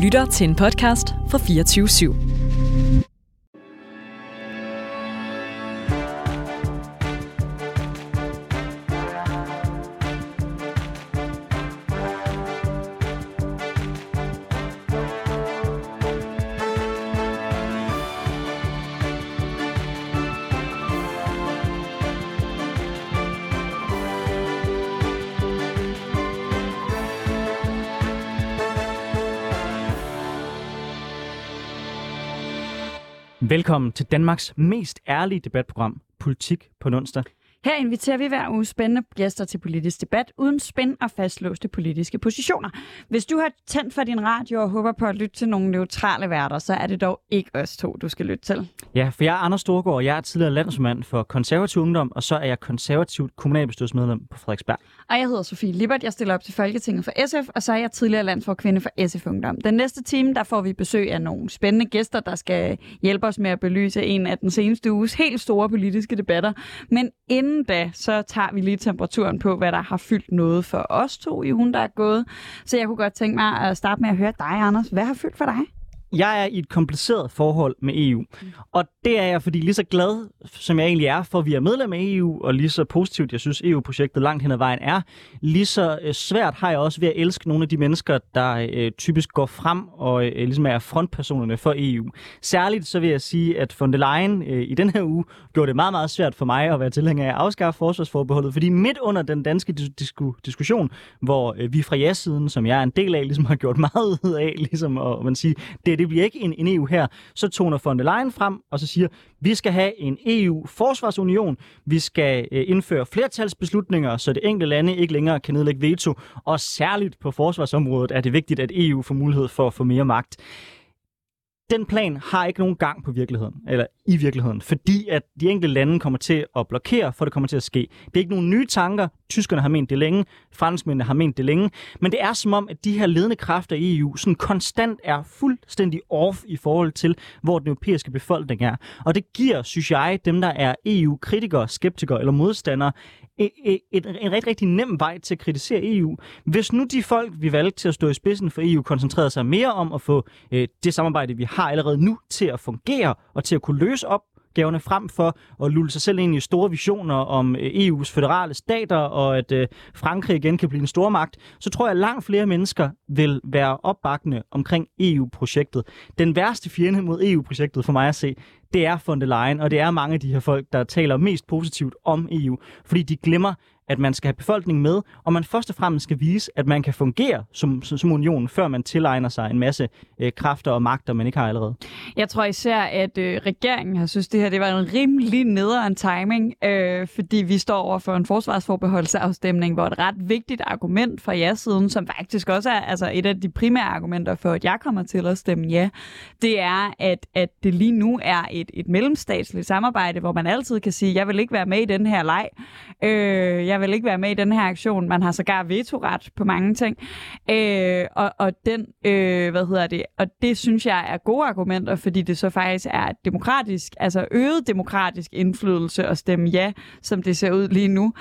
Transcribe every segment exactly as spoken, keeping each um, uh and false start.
lytter til en podcast fra fireogtyve syv. Velkommen til Danmarks mest ærlige debatprogram, Politik på en onsdag. Her inviterer vi hver uge spændende gæster til politisk debat, uden spænd og fastlåste politiske positioner. Hvis du har tændt for din radio og håber på at lytte til nogle neutrale værter, så er det dog ikke os to, du skal lytte til. Ja, for jeg er Anders Storgård, og jeg er tidligere landsmand for Konservativ Ungdom, og så er jeg konservativt kommunalbestyrelsesmedlem på Frederiksberg. Og jeg hedder Sofie Lippert, jeg stiller op til Folketinget for S F, og så er jeg tidligere landsforkvinde for S F Ungdom. Den næste time, der får vi besøg af nogle spændende gæster, der skal hjælpe os med at belyse en af den seneste uges helt store politiske debatter. Men inden da, så tager vi lige temperaturen på, hvad der har fyldt noget for os to i ugen, der er gået. Så jeg kunne godt tænke mig at starte med at høre dig, Anders. Hvad har fyldt for dig? Jeg er i et kompliceret forhold med E U, og det er jeg, fordi lige så glad, som jeg egentlig er for, at vi er medlem af E U, og lige så positivt, jeg synes, E U-projektet langt hen ad vejen er, lige så svært har jeg også ved at elske nogle af de mennesker, der øh, typisk går frem og øh, ligesom er frontpersonerne for E U. Særligt så vil jeg sige, at von der Leyen øh, i den her uge gjorde det meget, meget svært for mig at være tilhænger af at afskaffe forsvarsforbeholdet, fordi midt under den danske disku- diskussion, hvor øh, vi fra ja-siden, som jeg er en del af, ligesom har gjort meget ud af, ligesom, og man siger, det er det bliver ikke en, en E U her, så toner von der Leyen frem, og så siger, vi skal have en E U-forsvarsunion, vi skal øh, indføre flertalsbeslutninger, så det enkelte lande ikke længere kan nedlægge veto, og særligt på forsvarsområdet er det vigtigt, at E U får mulighed for at få mere magt. Den plan har ikke nogen gang på virkeligheden, eller i virkeligheden, fordi at de enkelte lande kommer til at blokere, for det kommer til at ske. Det er ikke nogen nye tanker. Tyskerne har ment det længe, franskmændene har ment det længe, men det er som om, at de her ledende kræfter i E U sådan konstant er fuldstændig off i forhold til, hvor den europæiske befolkning er. Og det giver, synes jeg, dem, der er E U-kritikere, skeptikere eller modstandere, et, et, et, en rigtig, rigtig nem vej til at kritisere E U. Hvis nu de folk, vi valgte til at stå i spidsen for E U, koncentrerede sig mere om at få øh, det samarbejde, vi har allerede nu, til at fungere og til at kunne løse opgaverne frem for at lulle sig selv ind i store visioner om E U's føderale stater og at øh, Frankrig igen kan blive en stormagt, så tror jeg, at langt flere mennesker vil være opbakkende omkring E U-projektet. Den værste fjende mod E U-projektet for mig at se, det er von der Leyen, og det er mange af de her folk, der taler mest positivt om E U, fordi de glemmer, at man skal have befolkningen med, og man først og fremmest skal vise, at man kan fungere som, som, som union, før man tilegner sig en masse øh, kræfter og magter, man ikke har allerede. Jeg tror især, at øh, regeringen har synes, det her det var en rimelig nederen timing, øh, fordi vi står over for en forsvarsforbeholdsafstemning, hvor et ret vigtigt argument fra ja-siden, som faktisk også er altså et af de primære argumenter for, at jeg kommer til at stemme ja, det er, at, at det lige nu er et, et mellemstatsligt samarbejde, hvor man altid kan sige, jeg vil ikke være med i den her leg. Øh, jeg vil ikke være med i den her aktion. Man har sågar vetoret på mange ting. Øh, og, og, den, øh, hvad hedder det? og det synes jeg er gode argumenter, fordi det så faktisk er demokratisk, altså øget demokratisk indflydelse at stemme ja, som det ser ud lige nu.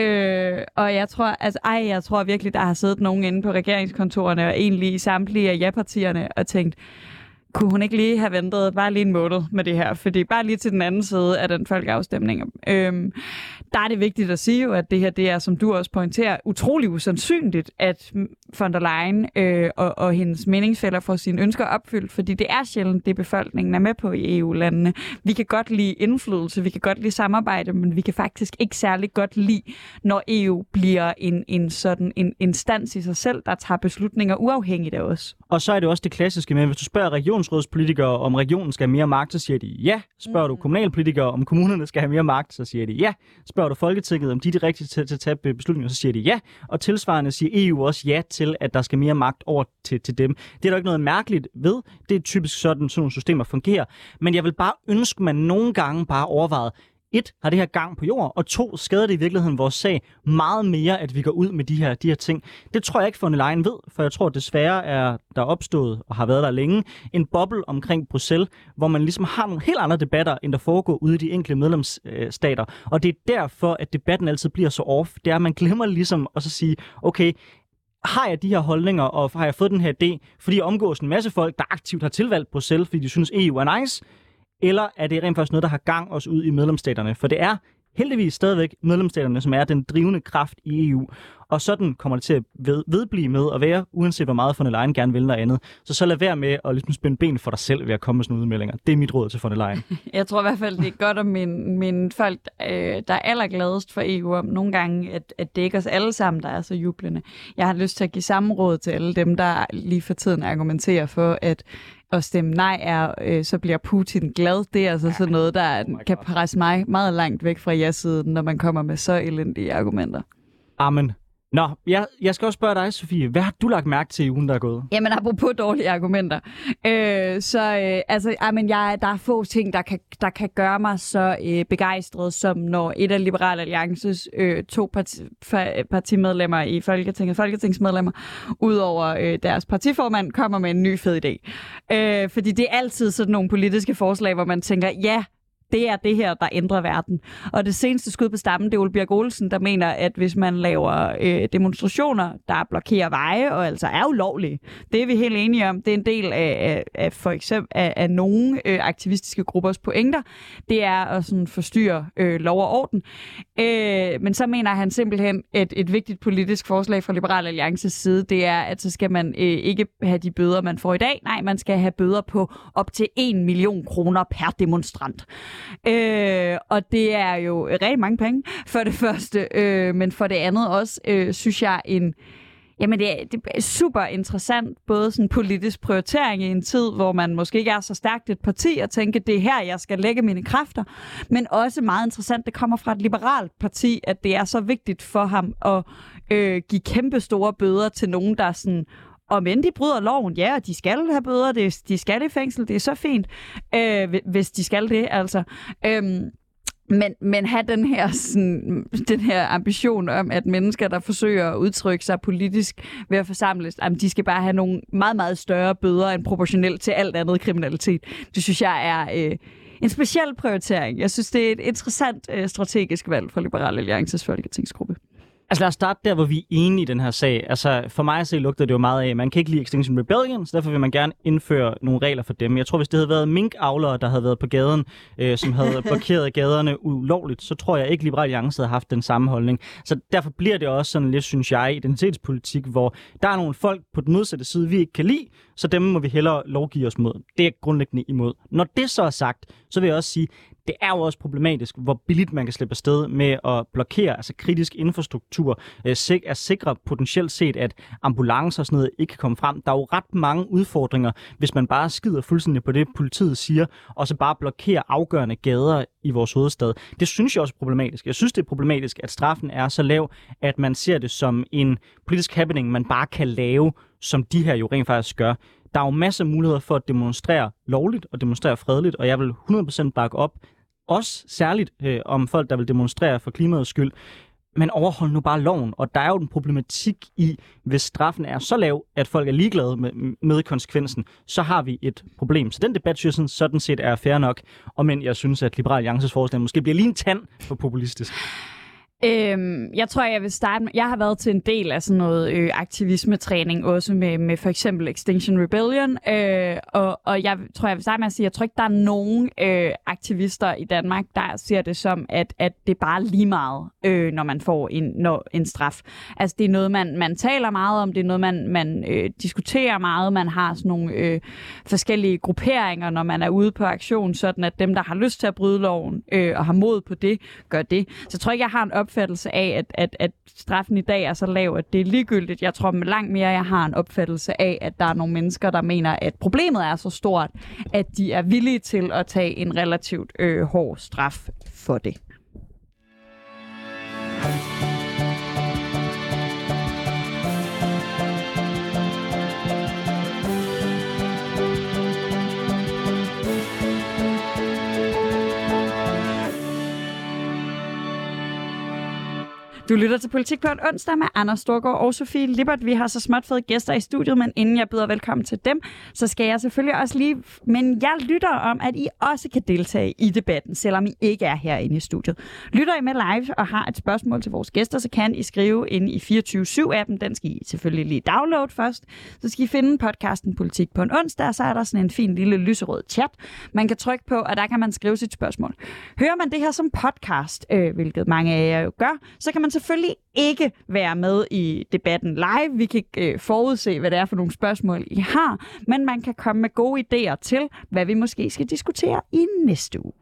Øh, og jeg tror, altså, ej, jeg tror virkelig, der har siddet nogen inde på regeringskontorerne og egentlig i samtlige af ja-partierne og tænkt, kunne hun ikke lige have ventet bare lige en måned med det her? Fordi bare lige til den anden side af den folkeafstemning. Øhm, der er det vigtigt at sige jo, at det her, det er, som du også pointerer, utrolig usandsynligt, at von der Leyen øh, og, og hendes meningsfæller får sine ønsker opfyldt, fordi det er sjældent, det befolkningen er med på i E U-landene. Vi kan godt lide indflydelse, vi kan godt lide samarbejde, men vi kan faktisk ikke særlig godt lide, når E U bliver en, en sådan en instans i sig selv, der tager beslutninger uafhængigt af os. Og så er det også det klassiske med, hvis du spørger regionsrådspolitikere, om regionen skal have mere magt, så siger de ja. Spørger mm. du kommunalpolitikere, om kommunerne skal have mere magt, så siger de ja. Spørger du Folketinget, om de er de rigtige til, til at tage beslutninger, så siger de ja. Og tilsvarende siger E U også ja til, at der skal mere magt over til, til dem. Det er der ikke noget mærkeligt ved. Det er typisk sådan, sådan nogle systemer fungerer. Men jeg vil bare ønske, man nogle gange bare overvejet, et, har det her gang på jord, og to, skader det i virkeligheden vores sag meget mere, at vi går ud med de her, de her ting. Det tror jeg ikke, von der Leyen ved, for jeg tror desværre er der opstået, og har været der længe, en boble omkring Bruxelles, hvor man ligesom har nogle helt andre debatter, end der foregår ude i de enkelte medlemsstater. Og det er derfor, at debatten altid bliver så off. Det er, at man glemmer ligesom at så sige, okay, har jeg de her holdninger, og har jeg fået den her idé, fordi jeg omgås en masse folk, der aktivt har tilvalgt Bruxelles, fordi de synes, E U er nice, eller er det rent faktisk noget, der har gang os ud i medlemsstaterne? For det er heldigvis stadigvæk medlemsstaterne, som er den drivende kraft i E U. Og sådan kommer det til at ved, vedblive med at være, uanset hvor meget von der Leyen gerne vil noget andet. Så så lad være med at ligesom spænde ben for dig selv ved at komme med sådan nogle udmeldinger. Det er mit råd til von der Leyen. Jeg tror i hvert fald, det er godt at minde, minde folk, øh, der er allergladest for E U om nogle gange, at, at det ikke er os alle sammen, der er så jublende. Jeg har lyst til at give samme råd til alle dem, der lige for tiden argumenterer for, at at stemme nej er, øh, så bliver Putin glad. Det er altså sådan noget, der oh kan presse mig meget langt væk fra ja-siden, når man kommer med så elendige argumenter. Amen. Nå, jeg, jeg skal også spørge dig, Sofie. Hvad har du lagt mærke til i ugen, der er gået? Jamen, apropos dårlige argumenter. Øh, så øh, altså, amen, jeg, der er få ting, der kan, der kan gøre mig så øh, begejstret, som når et af Liberal Alliances øh, to parti, partimedlemmer i Folketinget, folketingsmedlemmer, udover øh, deres partiformand, kommer med en ny fed idé. Øh, fordi det er altid sådan nogle politiske forslag, hvor man tænker, ja, det er det her, der ændrer verden. Og det seneste skud på stammen, det er Ole Birk Olesen, der mener, at hvis man laver øh, demonstrationer, der blokerer veje og altså er ulovlige, det er vi helt enige om. Det er en del af, af, af for eksempel af, af nogle øh, aktivistiske gruppers pointer. Det er at sådan forstyrre øh, lov og orden. Øh, men så mener han simpelthen, at et vigtigt politisk forslag fra Liberal Alliances side, det er, at så skal man øh, ikke have de bøder, man får i dag. Nej, man skal have bøder på op til en million kroner per demonstrant. Øh, og det er jo rigtig mange penge, for det første, øh, men for det andet også, øh, synes jeg, en, jamen det, er, det er super interessant, både sådan politisk prioritering i en tid, hvor man måske ikke er så stærkt et parti, og tænke, det er her, jeg skal lægge mine kræfter, men også meget interessant, det kommer fra et liberalt parti, at det er så vigtigt for ham at øh, give kæmpe store bøder til nogen, der sådan, og men de bryder loven, ja, de skal have bøder, de skal i fængsel, det er så fint, øh, hvis de skal det, altså. Øhm, men, men have den her, sådan, den her ambition om, at mennesker, der forsøger at udtrykke sig politisk ved at forsamles, jamen, de skal bare have nogle meget, meget større bøder end proportionelt til alt andet kriminalitet. Det synes jeg er øh, en speciel prioritering. Jeg synes, det er et interessant øh, strategisk valg for Liberal Alliances folketingsgruppe. Altså lad os starte der, hvor vi er enige i den her sag. Altså for mig så lugter det jo meget af, man kan ikke lide Extinction Rebellion, så derfor vil man gerne indføre nogle regler for dem. Jeg tror, hvis det havde været minkavlere, der havde været på gaden, øh, som havde blokeret gaderne ulovligt, så tror jeg ikke, Liberal Alliance havde haft den samme holdning. Så derfor bliver det også sådan lidt, synes jeg, identitetspolitik, hvor der er nogle folk på den modsatte side, vi ikke kan lide, så dem må vi hellere lovgive os mod. Det er grundlæggende imod. Når det så er sagt, så vil jeg også sige, det er jo også problematisk, hvor billigt man kan slippe afsted med at blokere altså kritisk infrastruktur, øh, sik- er sikre potentielt set, at ambulancer og sådan noget ikke kan komme frem. Der er jo ret mange udfordringer, hvis man bare skider fuldstændig på det, politiet siger, og så bare blokerer afgørende gader i vores hovedstad. Det synes jeg også er problematisk. Jeg synes, det er problematisk, at straffen er så lav, at man ser det som en politisk happening, man bare kan lave, som de her jo rent faktisk gør. Der er jo masser af muligheder for at demonstrere lovligt og demonstrere fredeligt, og jeg vil hundrede procent bakke op, også særligt øh, om folk, der vil demonstrere for klimaets skyld. Men overhold nu bare loven, og der er jo en problematik i, hvis straffen er så lav, at folk er ligeglade med, med konsekvensen, så har vi et problem. Så den debat, synes jeg sådan set er fair nok, og men jeg synes, at Liberal Alliances forslag måske bliver lige en tand for populistisk. Øhm, jeg tror, jeg vil starte med... Jeg har været til en del af sådan noget øh, aktivismetræning, også med, med for eksempel Extinction Rebellion, øh, og, og jeg tror, jeg vil starte med at sige, jeg tror ikke, der er nogen øh, aktivister i Danmark, der ser det som, at, at det er bare lige meget, øh, når man får en, når, en straf. Altså, det er noget, man, man taler meget om, det er noget, man, man øh, diskuterer meget, man har sådan nogle øh, forskellige grupperinger, når man er ude på aktion, sådan at dem, der har lyst til at bryde loven øh, og har mod på det, gør det. Så jeg tror ikke, jeg har en opfattelse af, at, at, at straffen i dag er så lav, at det er ligegyldigt. Jeg tror langt mere, jeg har en opfattelse af, at der er nogle mennesker, der mener, at problemet er så stort, at de er villige til at tage en relativt øh, hård straf for det. Du lytter til Politik på en onsdag med Anders Storgård og Sofie Lippert. Vi har så småt fået gæster i studiet, men inden jeg byder velkommen til dem, så skal jeg selvfølgelig også lige... Men jeg lytter om, at I også kan deltage i debatten, selvom I ikke er herinde i studiet. Lytter I med live og har et spørgsmål til vores gæster, så kan I skrive ind i fireogtyve syv-appen. Den skal I selvfølgelig lige downloade først. Så skal I finde podcasten Politik på en onsdag, og så er der sådan en fin lille lyserød chat, man kan trykke på, og der kan man skrive sit spørgsmål. Hører man det her som podcast, øh, hvilket mange af jer jo gør, så kan man selvfølgelig ikke være med i debatten live. Vi kan ikke øh, forudse, hvad det er for nogle spørgsmål, I har, men man kan komme med gode idéer til, hvad vi måske skal diskutere i næste uge.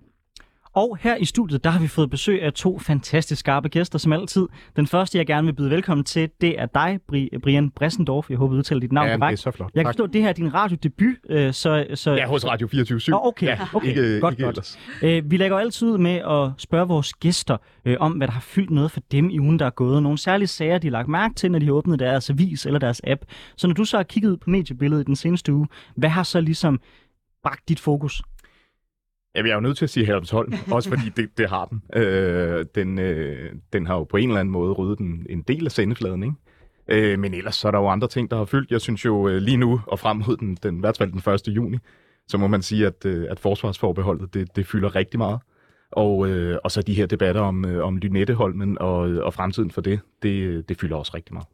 Og her i studiet, der har vi fået besøg af to fantastisk skarpe gæster, som altid. Den første, jeg gerne vil byde velkommen til, det er dig, Brian Bressendorf. Jeg håber, du udtaler dit navn korrekt. Ja, det er så flot. Jeg kan forstå, at det her er din radiodebut. Øh, så, så... Ja, hos Radio fireogtyve syv. Oh, okay, ja, okay. Ikke, godt, ikke godt. Øh, vi lægger altid ud med at spørge vores gæster øh, om, hvad der har fyldt noget for dem i ugen, der er gået. Nogle særlige sager, de har lagt mærke til, når de har åbnet deres avis eller deres app. Så når du så har kigget ud på mediebilledet i den seneste uge, hvad har så ligesom bragt dit fokus? Jamen, jeg er jo nødt til at sige Herlufsholm, også fordi det, det har den. Øh, den, øh, den har jo på en eller anden måde ryddet en, en del af sendefladen, ikke? Øh, men ellers så er der jo andre ting, der har fyldt. Jeg synes jo øh, lige nu, og frem mod den, den, i hvert fald den første juni, så må man sige, at, øh, at forsvarsforbeholdet, det, det fylder rigtig meget. Og, øh, og så de her debatter om, øh, om Lynetteholmen og, og fremtiden for det, det, det fylder også rigtig meget.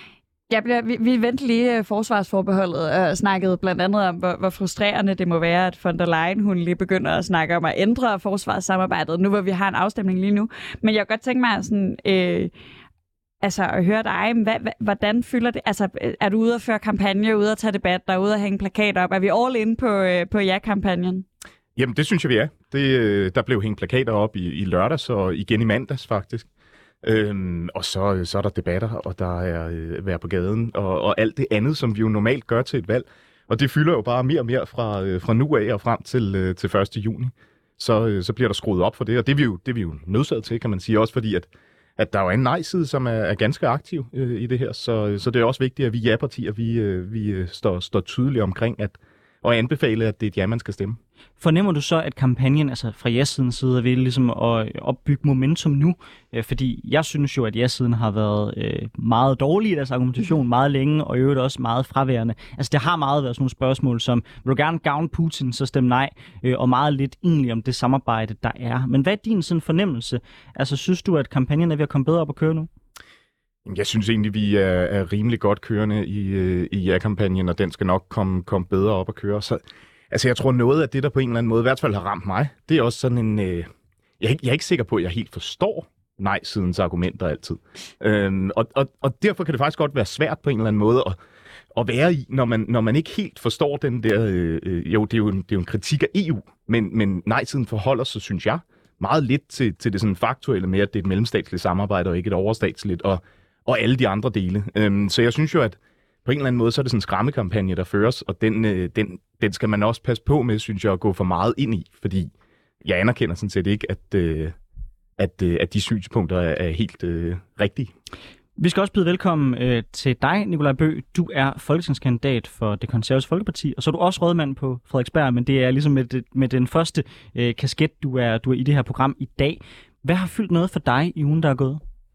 Jeg bliver, vi, vi vendte lige forsvarsforbeholdet og snakkede blandt andet om, hvor, hvor frustrerende det må være, at von der Leyen hun lige begynder at snakke om at ændre forsvarssamarbejdet, nu hvor vi har en afstemning lige nu. Men jeg kan godt tænke mig sådan, øh, altså, at høre dig, hvad, hvad, hvordan fylder det? Altså, er du ude at føre kampagne, ude at tage debat, der er ude at hænge plakater op? Er vi all in på, øh, på ja-kampagnen? Jamen, det synes jeg, vi er. Det, der blev hængt plakater op i, i lørdags og igen i mandags faktisk. Øhm, og så, så er der debatter, og der er øh, vejr på gaden, og, og alt det andet, som vi jo normalt gør til et valg. Og det fylder jo bare mere og mere fra, øh, fra nu af og frem til, øh, til første juni. Så, øh, så bliver der skruet op for det, og det er vi jo, det er vi jo nødsaget til, kan man sige. Også fordi, at, at der er jo en nej-side, som er, er ganske aktiv øh, i det her. Så, så det er også vigtigt, at vi ja-partier, vi, øh, vi står, står tydeligt omkring, at og anbefale, at det er et ja, man skal stemme. Fornemmer du så, at kampagnen, altså fra ja-sidens side, er ved ligesom at opbygge momentum nu? Fordi jeg synes jo, at ja-siden har været øh, meget dårlig i deres argumentation meget længe, og i øvrigt også meget fraværende. Altså det har meget været sådan nogle spørgsmål som, vil du gerne gavne Putin, så stem nej, øh, og meget lidt egentlig om det samarbejde, der er. Men hvad er din sådan fornemmelse? Altså synes du, at kampagnen er ved at komme bedre op at køre nu? Jeg synes egentlig, vi er, er rimelig godt kørende i, i ja-kampagnen, og den skal nok komme, komme bedre op at køre. Så, altså, jeg tror, noget af det, der på en eller anden måde i hvert fald har ramt mig, det er også sådan en... Øh, jeg, er ikke, jeg er ikke sikker på, at jeg helt forstår nej-sidens argumenter altid. Øhm, og, og, og derfor kan det faktisk godt være svært på en eller anden måde at, at være i, når man, når man ikke helt forstår den der... Øh, jo, det er jo, en, det er jo en kritik af E U, men, men nej-siden forholder sig, synes jeg, meget lidt til, til det sådan faktuelle med, at det er et mellemstatsligt samarbejde og ikke et overstatsligt, og og alle de andre dele. Øhm, så jeg synes jo, at på en eller anden måde, så er det sådan en skræmmekampagne, der føres, og den, øh, den, den skal man også passe på med, synes jeg, at gå for meget ind i, fordi jeg anerkender sådan set ikke, at, øh, at, øh, at de synspunkter er, er helt øh, rigtige. Vi skal også byde velkommen øh, til dig, Nikolaj Bøgh. Du er folketingskandidat for Det Konservative Folkeparti, og så er du også rådmand på Frederiksberg, men det er ligesom med, det, med den første øh, kasket, du er, du er i det her program i dag. Hvad har fyldt noget for dig i ugen, der er gået?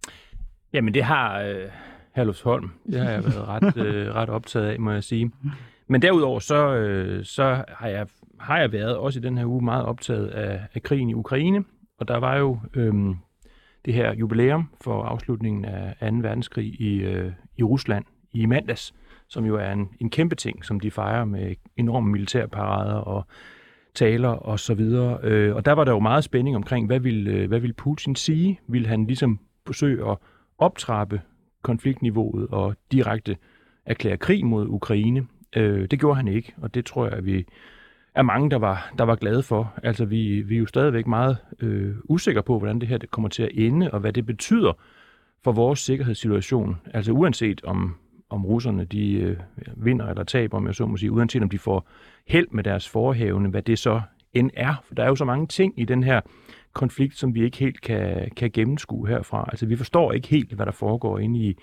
Jamen det har øh, Herlufsholm, det har jeg været ret, øh, ret optaget af, må jeg sige. Men derudover så, øh, så har, jeg, har jeg været også i den her uge meget optaget af, af krigen i Ukraine. Og der var jo øh, det her jubilæum for afslutningen af anden verdenskrig i, øh, i Rusland i mandags, som jo er en, en kæmpe ting, som de fejrer med enorme militærparader og taler og så videre. Øh, og der var der jo meget spænding omkring, hvad ville, hvad ville Putin sige? Vil han ligesom forsøge at optrappe konfliktniveauet og direkte erklære krig mod Ukraine? Øh, det gjorde han ikke, og det tror jeg, at vi er mange, der var, der var glade for. Altså, vi, vi er jo stadigvæk meget øh, usikre på, hvordan det her det kommer til at ende, og hvad det betyder for vores sikkerhedssituation. Altså, uanset om, om russerne de øh, vinder eller taber, om jeg så må sige, uanset om de får held med deres forehavende, hvad det så end er. For der er jo så mange ting i den her konflikt, som vi ikke helt kan, kan gennemskue herfra. Altså, vi forstår ikke helt, hvad der foregår inde i,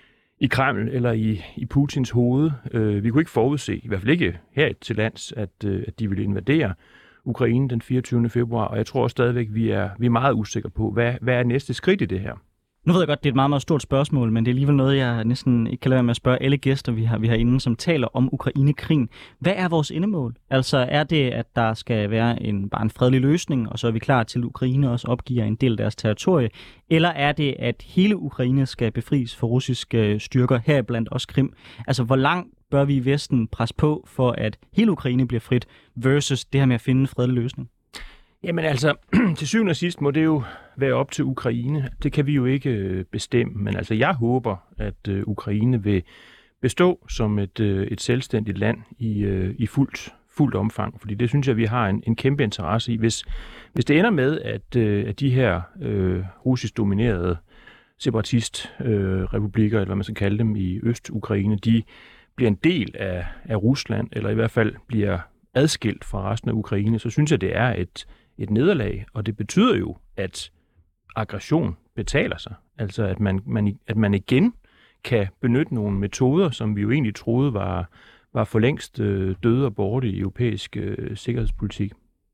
i Kreml eller i, i Putins hoved. Uh, vi kunne ikke forudse, i hvert fald ikke her til lands, at, uh, at de ville invadere Ukraine den fireogtyvende februar, og jeg tror også stadigvæk, vi er, vi er meget usikre på, hvad, hvad er næste skridt i det her? Nu ved jeg godt, det er et meget, meget stort spørgsmål, men det er alligevel noget, jeg næsten ikke kan lade være med at spørge alle gæster, vi har, vi har inde, som taler om Ukraine-krigen. Hvad er vores endemål? Altså er det, at der skal være en, bare en fredelig løsning, og så er vi klar til, at Ukraine også opgiver en del af deres territorie? Eller er det, at hele Ukraine skal befries for russiske styrker, heriblandt også Krim? Altså hvor langt bør vi i Vesten presse på, for at hele Ukraine bliver frit, versus det her med at finde en fredelig løsning? Jamen altså, til syvende og sidst må det jo være op til Ukraine. Det kan vi jo ikke øh, bestemme, men altså jeg håber, at øh, Ukraine vil bestå som et, øh, et selvstændigt land i, øh, i fuldt, fuldt omfang, fordi det synes jeg, vi har en, en kæmpe interesse i. Hvis, hvis det ender med, at, øh, at de her øh, russisk dominerede separatistrepublikker, øh, eller hvad man skal kalde dem, i Øst-Ukraine, de bliver en del af, af Rusland, eller i hvert fald bliver adskilt fra resten af Ukraine, så synes jeg, det er et et nederlag, og det betyder jo, at aggression betaler sig. Altså, at man, man, at man igen kan benytte nogle metoder, som vi jo egentlig troede var, var for længst øh, døde og borte i europæisk øh, sikkerhedspolitik.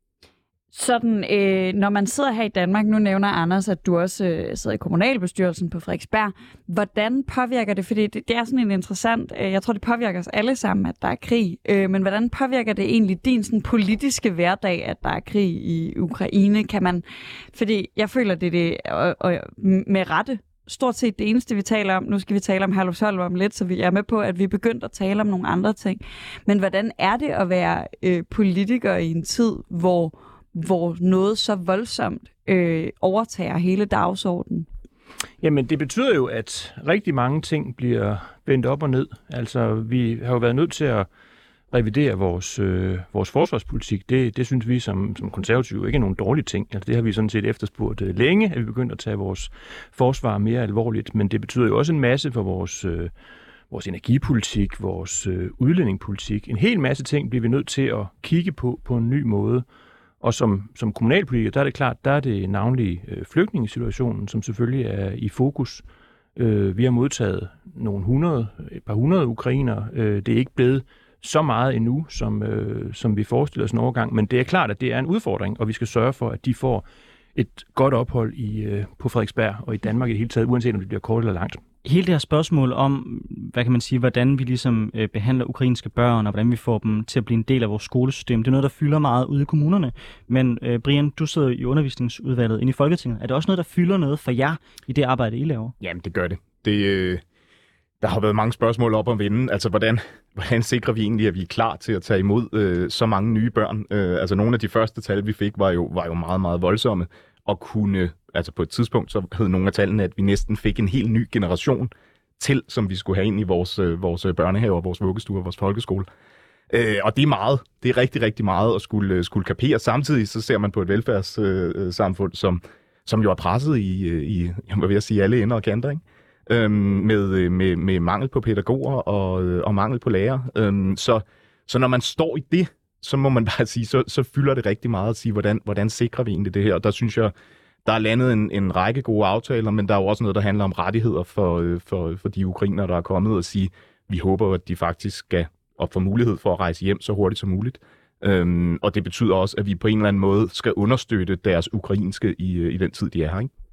Sådan, øh, når man sidder her i Danmark, nu nævner Anders, at du også øh, sidder i kommunalbestyrelsen på Frederiksberg. Hvordan påvirker det? Fordi det, det er sådan en interessant, øh, jeg tror, det påvirker os alle sammen, at der er krig. Øh, men hvordan påvirker det egentlig din sådan, politiske hverdag, at der er krig i Ukraine? Kan man, fordi jeg føler, det er det, og, og med rette, stort set det eneste, vi taler om. Nu skal vi tale om Herlufsholm om lidt, så vi er med på, at vi er begyndt at tale om nogle andre ting. Men hvordan er det at være øh, politiker i en tid, hvor hvor noget så voldsomt øh, overtager hele dagsordenen? Jamen, det betyder jo, at rigtig mange ting bliver vendt op og ned. Altså, vi har jo været nødt til at revidere vores, øh, vores forsvarspolitik. Det, det synes vi som, som konservative ikke er nogen dårlige ting. Altså, det har vi sådan set efterspurgt øh, længe, at vi begyndte at tage vores forsvar mere alvorligt. Men det betyder jo også en masse for vores, øh, vores energipolitik, vores øh, udlændingepolitik. En hel masse ting bliver vi nødt til at kigge på på en ny måde. Og som, som kommunalpolitiker, der er det klart, der er det navnlig øh, flygtningesituationen, som selvfølgelig er i fokus. Øh, vi har modtaget nogle hundrede, et par hundrede ukrainere. Øh, det er ikke blevet så meget endnu, som, øh, som vi forestiller os en overgang, men det er klart, at det er en udfordring, og vi skal sørge for, at de får et godt ophold i, øh, på Frederiksberg og i Danmark i det hele taget, uanset om det bliver kort eller langt. Hele det her spørgsmål om, hvad kan man sige, hvordan vi ligesom øh, behandler ukrainske børn, og hvordan vi får dem til at blive en del af vores skolesystem, det er noget, der fylder meget ude i kommunerne. Men øh, Brian, du sidder i undervisningsudvalget inde i Folketinget. Er det også noget, der fylder noget for jer i det arbejde, I laver? Jamen, det gør det. det øh, der har været mange spørgsmål op om vinden. Altså, hvordan, hvordan sikrer vi egentlig, at vi er klar til at tage imod øh, så mange nye børn? Øh, altså, nogle af de første tal, vi fik, var jo, var jo meget, meget voldsomme. Og kunne, altså på et tidspunkt, så hed nogle af tallene, at vi næsten fik en helt ny generation til, som vi skulle have ind i vores, vores børnehaver, vores vuggestuer, vores folkeskole. Øh, og det er meget. Det er rigtig, rigtig meget at skulle, skulle kapere. Samtidig så ser man på et velfærdssamfund, som, som jo er presset i, i jeg må vil sige, alle ender og kanter, ikke? Øhm, med, med, med mangel på pædagoger og, og mangel på lærere. Øhm, så, så når man står i det, så må man bare sige, så, så fylder det rigtig meget at sige, hvordan, hvordan sikrer vi egentlig det her? Og der synes jeg, der er landet en, en række gode aftaler, men der er jo også noget, der handler om rettigheder for, for, for de ukrainere, der er kommet, og sige, vi håber, at de faktisk skal og få mulighed for at rejse hjem så hurtigt som muligt. Øhm, og det betyder også, at vi på en eller anden måde skal understøtte deres ukrainske i, i den tid, de er her, ikke?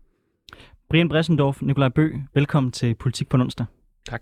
Brian Bressendorf, Nikolaj Bø, velkommen til Politik på onsdag. Tak.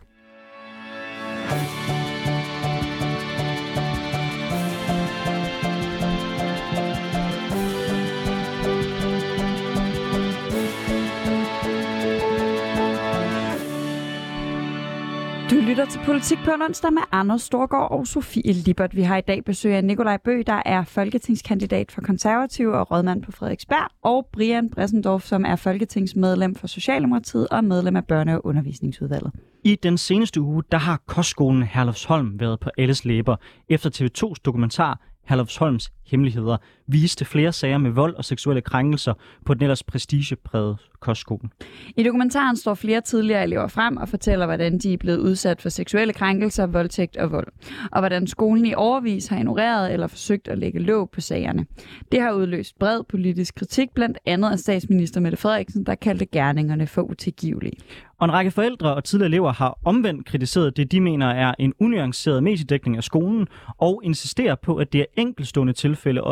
Du lytter til Politik på onsdag med Anders Storgård og Sofie Lippert. Vi har i dag besøg af Nikolaj Bø, der er folketingskandidat for Konservative og rådmand på Frederiksberg, og Brian Bressendorf, som er folketingsmedlem for Socialdemokratiet og medlem af Børne- og Undervisningsudvalget. I den seneste uge, der har kostskolen Herlufsholm været på alles læber, efter T V to's dokumentar Herlufsholms Hemmeligheder viste flere sager med vold og seksuelle krænkelser på den ellers prestigeprægede kostskole. I dokumentaren står flere tidligere elever frem og fortæller, hvordan de er blevet udsat for seksuelle krænkelser, voldtægt og vold, og hvordan skolen i årevis har ignoreret eller forsøgt at lægge låg på sagerne. Det har udløst bred politisk kritik, blandt andet af statsminister Mette Frederiksen, der kaldte gerningerne for utilgivelige. Og en række forældre og tidligere elever har omvendt kritiseret det, de mener er en unuanceret mediedækning af skolen, og insisterer på, at det er enkeltstående tilfælde og ikke en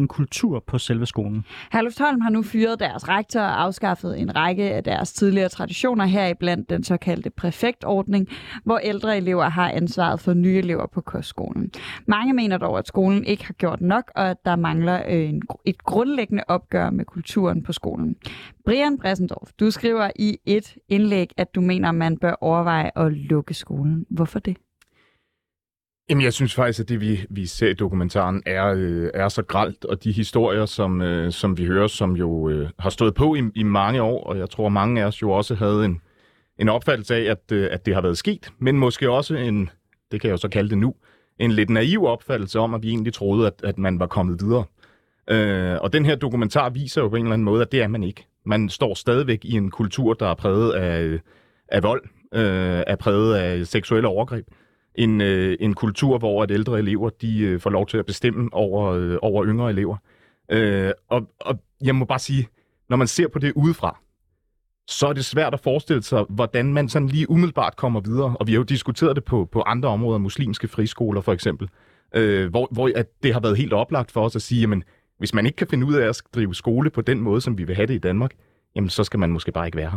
kultur på selve skolen? Herlufsholm har nu fyret deres rektor og afskaffet en række af deres tidligere traditioner, heriblandt den såkaldte præfektordning, hvor ældre elever har ansvaret for nye elever på kostskolen. Mange mener dog, at skolen ikke har gjort nok, og at der mangler en, et grundlæggende opgør med kulturen på skolen. Brian Bressendorf, du skriver i et indlæg, at du mener, man bør overveje at lukke skolen. Hvorfor det? Jamen, jeg synes faktisk, at det, vi, vi ser i dokumentaren, er, øh, er så grelt, og de historier, som, øh, som vi hører, som jo øh, har stået på i, i mange år, og jeg tror, mange af os jo også havde en, en opfattelse af, at, øh, at det har været sket, men måske også en, det kan jeg jo så kalde det nu, en lidt naiv opfattelse om, at vi egentlig troede, at, at man var kommet videre. Øh, og den her dokumentar viser jo på en eller anden måde, at det er man ikke. Man står stadigvæk i en kultur, der er præget af, af vold, øh, er præget af seksuelle overgreb. En, øh, en kultur, hvor at ældre elever de øh, får lov til at bestemme over, øh, over yngre elever. Øh, og, og jeg må bare sige, når man ser på det udefra, så er det svært at forestille sig, hvordan man sådan lige umiddelbart kommer videre. Og vi har jo diskuteret det på, på andre områder, muslimske friskoler for eksempel, øh, hvor, hvor at det har været helt oplagt for os at sige, jamen, hvis man ikke kan finde ud af at drive skole på den måde, som vi vil have det i Danmark, jamen, så skal man måske bare ikke være her.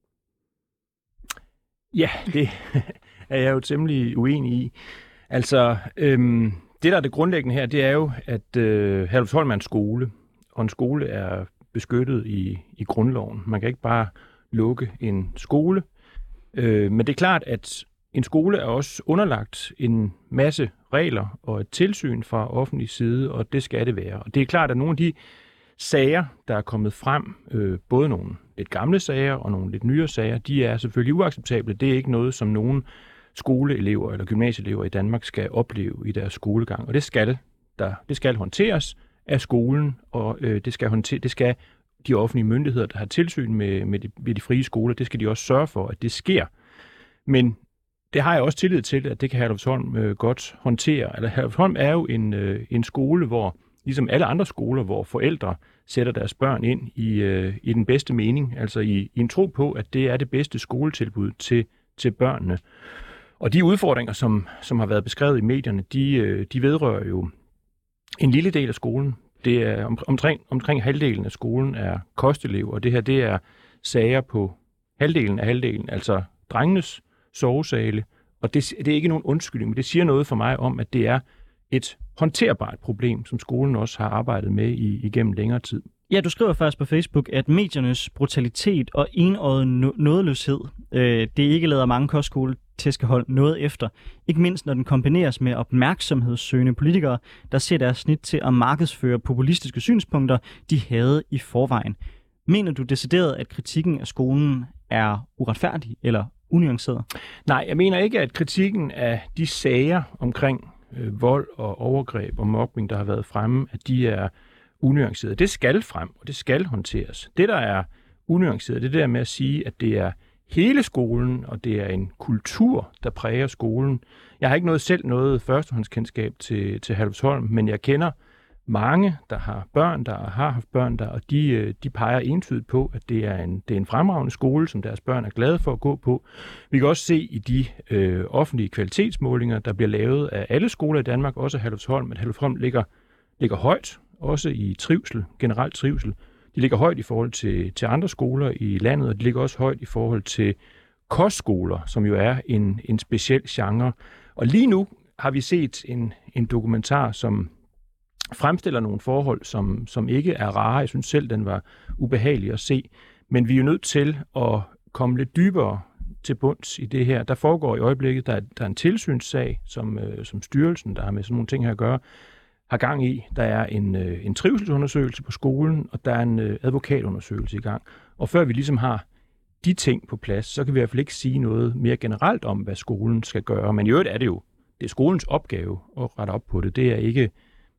Ja, det er jeg jo temmelig uenig i. Altså, øhm, det der er det grundlæggende her, det er jo, at øh, Herlufsholm er en skole, og en skole er beskyttet i, i grundloven. Man kan ikke bare lukke en skole. Øh, men det er klart, at en skole er også underlagt en masse regler og et tilsyn fra offentlig side, og det skal det være. Og det er klart, at nogle af de sager, der er kommet frem, øh, både nogle lidt gamle sager og nogle lidt nyere sager, de er selvfølgelig uacceptable. Det er ikke noget, som nogen skoleelever eller gymnasieelever i Danmark skal opleve i deres skolegang, og det skal, der, det skal håndteres af skolen, og øh, det, skal håndter, det skal de offentlige myndigheder, der har tilsyn med, med, de, med de frie skoler, det skal de også sørge for, at det sker. Men det har jeg også tillid til, at det kan Herlufsholm øh, godt håndtere. Altså, Herlufsholm er jo en, øh, en skole, hvor ligesom alle andre skoler, hvor forældre sætter deres børn ind i, øh, i den bedste mening, altså i, i en tro på, at det er det bedste skoletilbud til, til børnene. Og de udfordringer, som, som har været beskrevet i medierne, de, øh, de vedrører jo en lille del af skolen. Det er om, omkring, omkring halvdelen af skolen er kostelever, og det her det er sager på halvdelen af halvdelen, altså drengenes sovesale. Og det, det er ikke nogen undskyldning, men det siger noget for mig om, at det er et håndterbart problem, som skolen også har arbejdet med i, igennem længere tid. Ja, du skriver først på Facebook, at mediernes brutalitet og enøjet nådeløshed, øh, det ikke lader mange kostskoletæskehold noget efter. Ikke mindst når den kombineres med opmærksomhedssøgende politikere, der ser deres snit til at markedsføre populistiske synspunkter, de havde i forvejen. Mener du decideret, at kritikken af skolen er uretfærdig eller unuanceret? Nej, jeg mener ikke, at kritikken af de sager omkring øh, vold og overgreb og mobning, der har været fremme, at de er unuancerede. Det skal frem, og det skal håndteres. Det, der er unuanceret, det er der med at sige, at det er hele skolen, og det er en kultur, der præger skolen. Jeg har ikke noget selv noget førstehåndskendskab til, til Herlufsholm, men jeg kender mange, der har børn, der har haft børn der, og de, de peger entydigt på, at det er, en, det er en fremragende skole, som deres børn er glade for at gå på. Vi kan også se i de øh, offentlige kvalitetsmålinger, der bliver lavet af alle skoler i Danmark, også Herlufsholm, at Herlufsholm ligger, ligger højt, også i trivsel, generelt trivsel. De ligger højt i forhold til, til andre skoler i landet, og de ligger også højt i forhold til kostskoler, som jo er en, en speciel genre. Og lige nu har vi set en, en dokumentar, som fremstiller nogle forhold, som, som ikke er rare. Jeg synes selv, den var ubehagelig at se. Men vi er jo nødt til at komme lidt dybere til bunds i det her. Der foregår i øjeblikket, der er, der er en tilsynssag, som, øh, som styrelsen, der har med sådan nogle ting her at gøre, har gang i. Der er en, øh, en trivselsundersøgelse på skolen, og der er en øh, advokatundersøgelse i gang. Og før vi ligesom har de ting på plads, så kan vi i hvert fald ikke sige noget mere generelt om, hvad skolen skal gøre. Men i øvrigt er det jo, det er skolens opgave at rette op på det. Det er ikke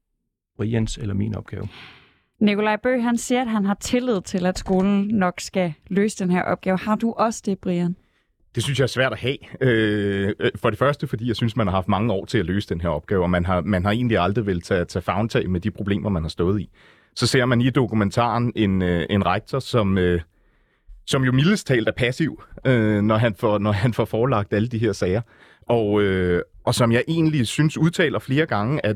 Brians eller min opgave. Nikolaj Bøgh, han siger, at han har tillid til, at skolen nok skal løse den her opgave. Har du også det, Brian? Det synes jeg er svært at have. Øh, for det første, fordi jeg synes, man har haft mange år til at løse den her opgave, og man har, man har egentlig aldrig vel tage, tage favntag med de problemer, man har stået i. Så ser man i dokumentaren en, en rektor, som, som jo mildest talt er passiv, øh, når, han får, når han får forelagt alle de her sager. Og, øh, og som jeg egentlig synes udtaler flere gange, at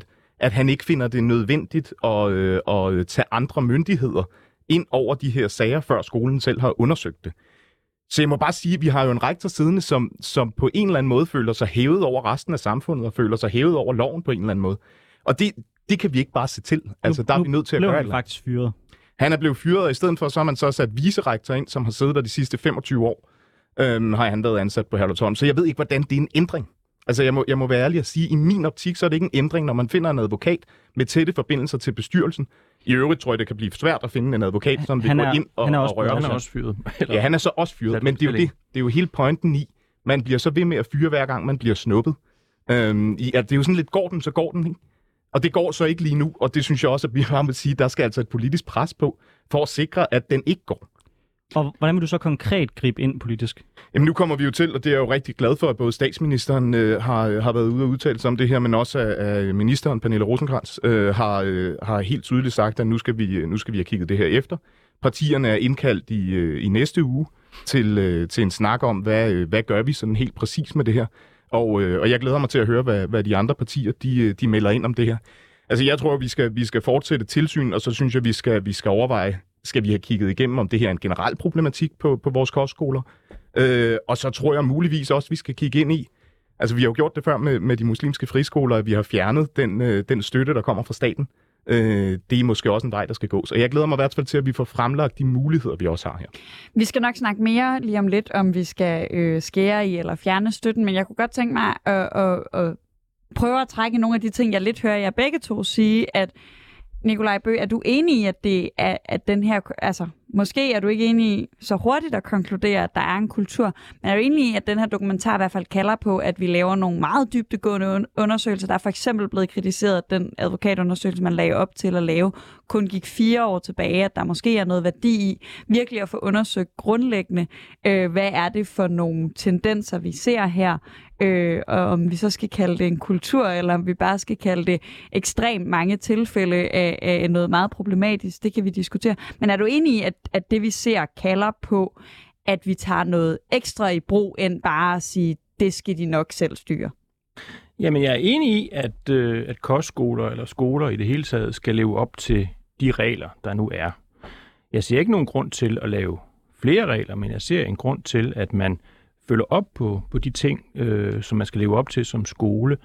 at han ikke finder det nødvendigt at, øh, at tage andre myndigheder ind over de her sager, før skolen selv har undersøgt det. Så jeg må bare sige, at vi har jo en rektor siddende, som, som på en eller anden måde føler sig hævet over resten af samfundet, og føler sig hævet over loven på en eller anden måde. Og det, det kan vi ikke bare se til. Altså, nu, der er vi nødt til at gøre det. Nu faktisk fyret. Han er blevet fyret, og i stedet for, så har man så sat vicerektor ind, som har siddet der de sidste femogtyve år, øhm, har han været ansat på Herlufsholm. Så jeg ved ikke, hvordan det er en ændring. Altså, jeg må, jeg må være ærlig at sige, at i min optik, så er det ikke en ændring, når man finder en advokat med tætte forbindelser til bestyrelsen. I øvrigt tror jeg, det kan blive svært at finde en advokat, som vil gå ind og, han er også, og røre. Han er også fyret. Ja, han er så også fyret, men det er jo det. Det er jo hele pointen i. Man bliver så ved med at fyre, hver gang man bliver snuppet. Øhm, i, at det er jo sådan lidt, går den, så går den, ikke? Og det går så ikke lige nu, og det synes jeg også, at vi har med at sige, der skal altså et politisk pres på, for at sikre, at den ikke går. Og hvordan vil du så konkret gribe ind politisk? Jamen nu kommer vi jo til, og det er jeg jo rigtig glad for, at både statsministeren øh, har, har været ude og udtale sig om det her, men også at, at ministeren, Pernille Rosenkrantz, øh, har, øh, har helt tydeligt sagt, at nu skal, vi, nu skal vi have kigget det her efter. Partierne er indkaldt i, øh, i næste uge til, øh, til en snak om, hvad, øh, hvad gør vi sådan helt præcis med det her. Og, øh, og jeg glæder mig til at høre, hvad, hvad de andre partier de, de melder ind om det her. Altså jeg tror, vi skal, vi skal fortsætte tilsyn, og så synes jeg, vi skal, vi skal overveje, skal vi have kigget igennem, om det her er en generel problematik på, på vores kostskoler. Øh, og så tror jeg muligvis også, vi skal kigge ind i, altså vi har jo gjort det før med, med de muslimske friskoler, at vi har fjernet den, øh, den støtte, der kommer fra staten. Øh, det er måske også en vej, der skal gå. Så jeg glæder mig i hvert fald til, at vi får fremlagt de muligheder, vi også har her. Vi skal nok snakke mere lige om lidt, om vi skal øh, skære i eller fjerne støtten, men jeg kunne godt tænke mig at, at, at prøve at trække nogle af de ting, jeg lidt hører jer begge to sige, at Nikolaj Bøgh, er du enig i, at det er, at den her, altså måske er du ikke enig i så hurtigt at konkludere, at der er en kultur, men er du enig i, at den her dokumentar i hvert fald kalder på, at vi laver nogle meget dybdegående undersøgelser? Der er for eksempel blevet kritiseret, at den advokatundersøgelse, man lagde op til at lave, kun gik fire år tilbage, at der måske er noget værdi i virkelig at få undersøgt grundlæggende, øh, hvad er det for nogle tendenser, vi ser her, øh, og om vi så skal kalde det en kultur, eller om vi bare skal kalde det ekstremt mange tilfælde af, af noget meget problematisk, det kan vi diskutere. Men er du enig i, at, at det vi ser kalder på, at vi tager noget ekstra i brug, end bare at sige, det skal de nok selv styre? Jamen, jeg er enig i, at, øh, at kostskoler eller skoler i det hele taget skal leve op til de regler, der nu er. Jeg ser ikke nogen grund til at lave flere regler, men jeg ser en grund til, at man følger op på, på de ting, øh, som man skal leve op til som skole.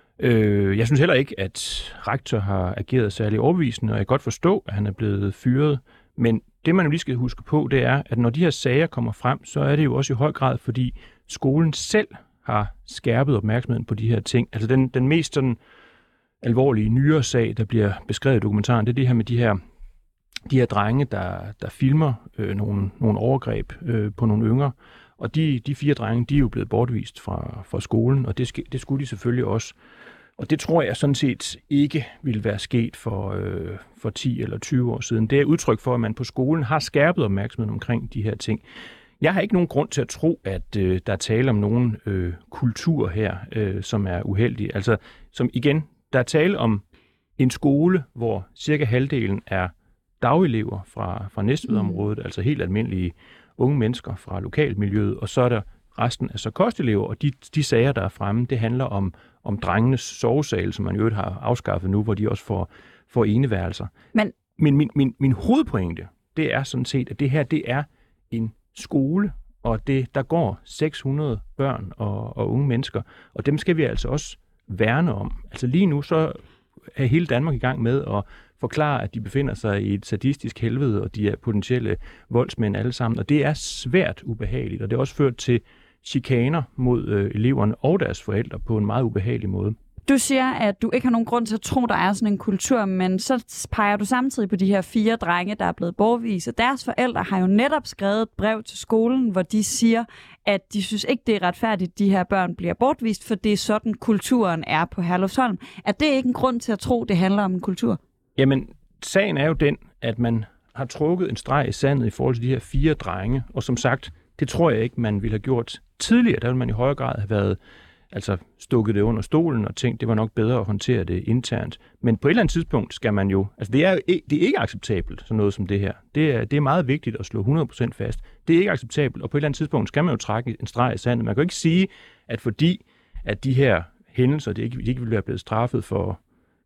Øh, jeg synes heller ikke, at rektor har ageret særlig overbevisende, og jeg kan godt forstå, at han er blevet fyret. Men det, man jo lige skal huske på, det er, at når de her sager kommer frem, så er det jo også i høj grad, fordi skolen selv har skærpet opmærksomheden på de her ting. Altså den, den mest sådan alvorlige nyere sag, der bliver beskrevet i dokumentaren, det er det her med de her, de her drenge, der, der filmer øh, nogle, nogle overgreb øh, på nogle yngre. Og de, de fire drenge, de er jo blevet bortvist fra, fra skolen, og det, skal, det skulle de selvfølgelig også. Og det tror jeg sådan set ikke ville være sket for, øh, for ti eller tyve år siden. Det er udtryk for, at man på skolen har skærpet opmærksomhed omkring de her ting. Jeg har ikke nogen grund til at tro, at øh, der er tale om nogen øh, kultur her, øh, som er uheldig. Altså, som igen, der er tale om en skole, hvor cirka halvdelen er dagelever fra, fra Næstved-området, mm. altså helt almindelige unge mennesker fra lokalmiljøet, og så er der resten af så kostelever, og de, de sager, der er fremme, det handler om, om drengenes sovesal, som man jo har afskaffet nu, hvor de også får, får eneværelser. Men, Men min, min, min hovedpointe, det er sådan set, at det her, det er en skole, og det, der går seks hundrede børn og, og unge mennesker, og dem skal vi altså også værne om. Altså lige nu, så er hele Danmark i gang med at forklare, at de befinder sig i et sadistisk helvede, og de er potentielle voldsmænd alle sammen, og det er svært ubehageligt, og det er også ført til chikaner mod øh, eleverne og deres forældre på en meget ubehagelig måde. Du siger, at du ikke har nogen grund til at tro, der er sådan en kultur, men så peger du samtidig på de her fire drenge, der er blevet bortvist. Og deres forældre har jo netop skrevet et brev til skolen, hvor de siger, at de synes ikke, det er retfærdigt, at de her børn bliver bortvist, for det er sådan, kulturen er på Herlufsholm. Er det ikke en grund til at tro, det handler om en kultur? Jamen, sagen er jo den, at man har trukket en streg i sandet i forhold til de her fire drenge, og som sagt, det tror jeg ikke, man ville have gjort tidligere. Der ville man i højere grad have været altså stukket det under stolen og tænkt, det var nok bedre at håndtere det internt. Men på et eller andet tidspunkt skal man jo, altså det er, det er ikke acceptabelt, sådan noget som det her. Det er, det er meget vigtigt at slå hundrede procent fast. Det er ikke acceptabelt, og på et eller andet tidspunkt skal man jo trække en streg i sandet. Man kan jo ikke sige, at fordi at de her hændelser, det ikke, de ikke ville være blevet straffet for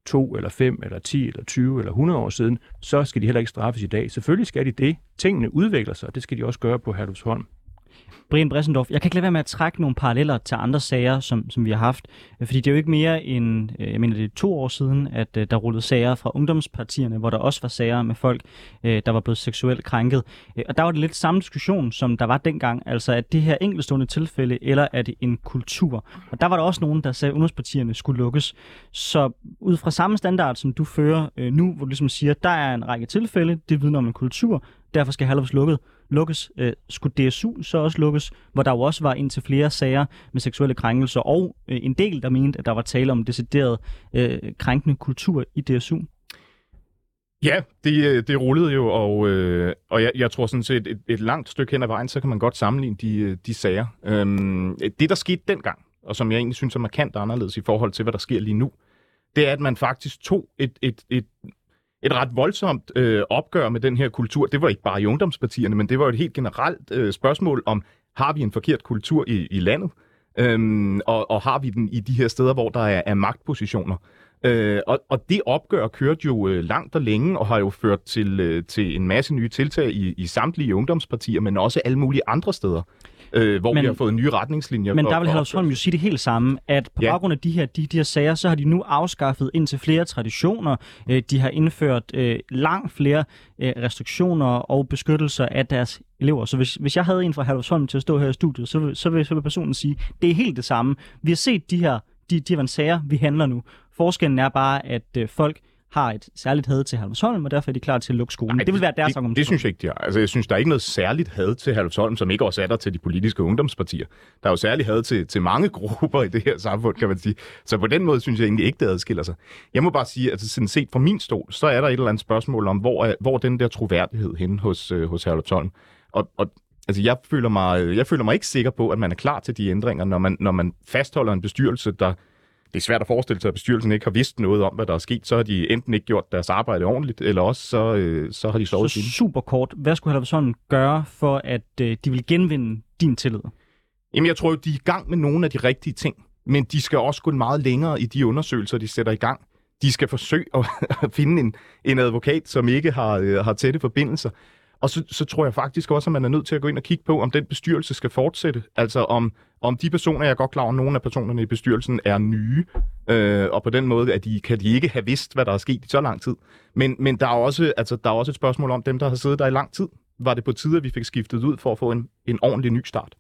to eller fem eller ti eller tyve eller hundrede år siden, så skal de heller ikke straffes i dag. Selvfølgelig skal de det. Tingene udvikler sig, og det skal de også gøre på Herlufsholm. Brian Bressendorf, jeg kan ikke lade være med at trække nogle paralleller til andre sager, som, som vi har haft. Fordi det er jo ikke mere end, jeg mener det er to år siden, at der rullede sager fra ungdomspartierne, hvor der også var sager med folk, der var blevet seksuelt krænket. Og der var det lidt samme diskussion, som der var dengang. Altså, at det her enkeltstående tilfælde, eller er det en kultur? Og der var der også nogen, der sagde, at ungdomspartierne skulle lukkes. Så ud fra samme standard, som du fører nu, hvor du ligesom siger, der er en række tilfælde, det vidner om en kultur, derfor skal Herlufs lukket. lukkes, øh, skulle D S U så også lukkes, hvor der jo også var indtil flere sager med seksuelle krænkelser, og øh, en del, der mente, at der var tale om decideret øh, krænkende kultur i D S U. Ja, det, det rullede jo, og, øh, og jeg, jeg tror sådan set, et, et langt stykke hen ad vejen, så kan man godt sammenligne de, de sager. Øhm, det, der skete dengang, og som jeg egentlig synes er markant anderledes i forhold til, hvad der sker lige nu, det er, at man faktisk tog et, et, et Et ret voldsomt øh, opgør med den her kultur. Det var ikke bare i ungdomspartierne, men det var et helt generelt øh, spørgsmål om, har vi en forkert kultur i, i landet? Øhm, og, og har vi den i de her steder, hvor der er, er magtpositioner? Øh, og, og det opgør kørte jo øh, langt og længe, og har jo ført til, øh, til en masse nye tiltag i, i samtlige ungdomspartier, men også alle mulige andre steder. Øh, hvor men, vi har fået nye retningslinjer. Men for, der vil Herlufsholm jo sige det helt samme, at på ja. baggrund af de her, de, de her sager, så har de nu afskaffet indtil flere traditioner. Øh, de har indført øh, langt flere øh, restriktioner og beskyttelser af deres elever. Så hvis, hvis jeg havde en fra Herlufsholm til at stå her i studiet, så vil, så vil, så vil personen sige, det er helt det samme. Vi har set de her, de, de her sager, vi handler nu. Forskellen er bare, at øh, folk har et særligt had til Herlufsholm, og derfor er de klar til at lukke skolen. Nej, det vil være deres argument. Det, det synes jeg ikke, de har. Altså, jeg synes, der er ikke noget særligt had til Herlufsholm, som ikke også er der til de politiske ungdomspartier. Der er jo særligt had til, til mange grupper i det her samfund, kan man sige. Så på den måde synes jeg egentlig ikke, det adskiller sig. Jeg må bare sige, at sådan set fra min stol, så er der et eller andet spørgsmål om, hvor er, hvor er den der troværdighed henne hos, øh, hos Herlufsholm. Og, og altså, jeg føler mig, jeg føler mig ikke sikker på, at man er klar til de ændringer, når man, når man fastholder en bestyrelse, der det er svært at forestille sig, at bestyrelsen ikke har vidst noget om, hvad der er sket. Så har de enten ikke gjort deres arbejde ordentligt, eller også så, øh, så har de sovet siden. Så super kort. Hvad skulle Herlufsholm gøre for, at øh, de vil genvinde din tillid? Jamen, jeg tror jo, de er i gang med nogle af de rigtige ting. Men de skal også gå meget længere i de undersøgelser, de sætter i gang. De skal forsøge at, at finde en, en advokat, som ikke har, øh, har tætte forbindelser. Og så, så tror jeg faktisk også, at man er nødt til at gå ind og kigge på, om den bestyrelse skal fortsætte. Altså om, om de personer, jeg er godt klar over, nogle af personerne i bestyrelsen er nye, øh, og på den måde at de, kan de ikke have vidst, hvad der er sket i så lang tid. Men, men der, er også, altså, der er også et spørgsmål om dem, der har siddet der i lang tid. Var det på tide, at vi fik skiftet ud for at få en, en ordentlig ny start?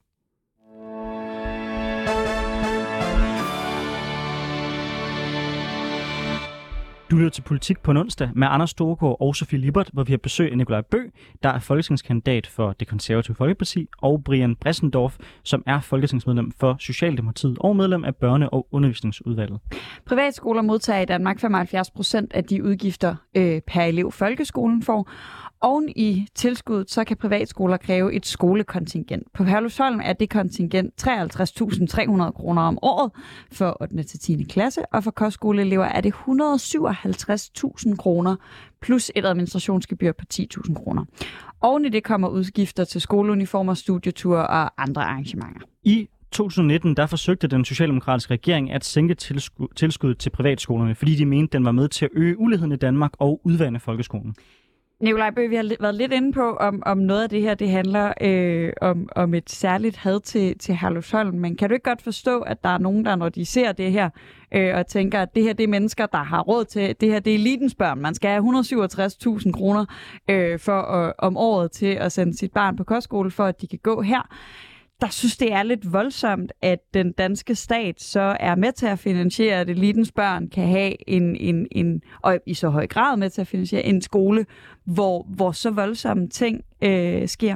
Du lytter til Politik på en onsdag med Anders Storgård og Sofie Lippert, hvor vi har besøg af Nikolaj Bø, der er folketingskandidat for Det Konservative Folkeparti, og Brian Bressendorf, som er folketingsmedlem for Socialdemokratiet og medlem af Børne- og Undervisningsudvalget. Privatskoler modtager i Danmark femoghalvfjerds procent af de udgifter øh, per elev folkeskolen får. Oven i tilskuddet, så kan privatskoler kræve et skolekontingent. På Herlufsholm er det kontingent treoghalvtreds tusind tre hundrede kroner om året for ottende til tiende klasse, og for kostskoleelever er det et hundrede og syvoghalvtreds tusind kroner plus et administrationsgebyr på ti tusind kroner. Oven i det kommer udgifter til skoleuniformer, studieture og andre arrangementer. I to tusind nitten der forsøgte den socialdemokratiske regering at sænke tilskuddet til privatskolerne, fordi de mente, den var med til at øge uligheden i Danmark og udvande folkeskolen. Nikolaj Bø, vi har været lidt inde på, om, om noget af det her det handler øh, om, om et særligt had til, til Herlufsholm, men kan du ikke godt forstå, at der er nogen, der når de ser det her, øh, og tænker, at det her det er mennesker, der har råd til, det her det er elitens børn, man skal have et hundrede og syvogtres tusind kroner øh, for, øh, om året til at sende sit barn på kostskole, for at de kan gå her. Der synes, det er lidt voldsomt, at den danske stat så er med til at finansiere, at elitens børn kan have en, en, en og i så høj grad med til at finansiere en skole, hvor, hvor så voldsomme ting øh, sker.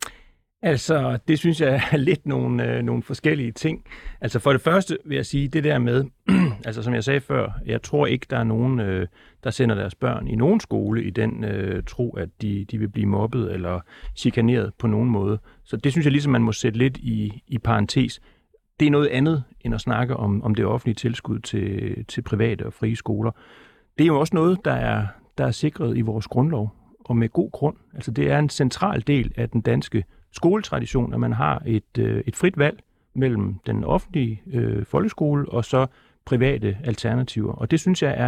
Altså, det synes jeg er lidt nogle, øh, nogle forskellige ting. Altså for det første vil jeg sige det der med, altså som jeg sagde før, jeg tror ikke, der er nogen, øh, der sender deres børn i nogen skole i den øh, tro, at de, de vil blive mobbet eller chikaneret på nogen måde. Så det synes jeg ligesom, man må sætte lidt i, i parentes. Det er noget andet end at snakke om, om det offentlige tilskud til, til private og frie skoler. Det er jo også noget, der er, der er sikret i vores grundlov, og med god grund. Altså det er en central del af den danske skoletradition, at man har et, øh, et frit valg mellem den offentlige øh, folkeskole og så private alternativer. Og det synes jeg er en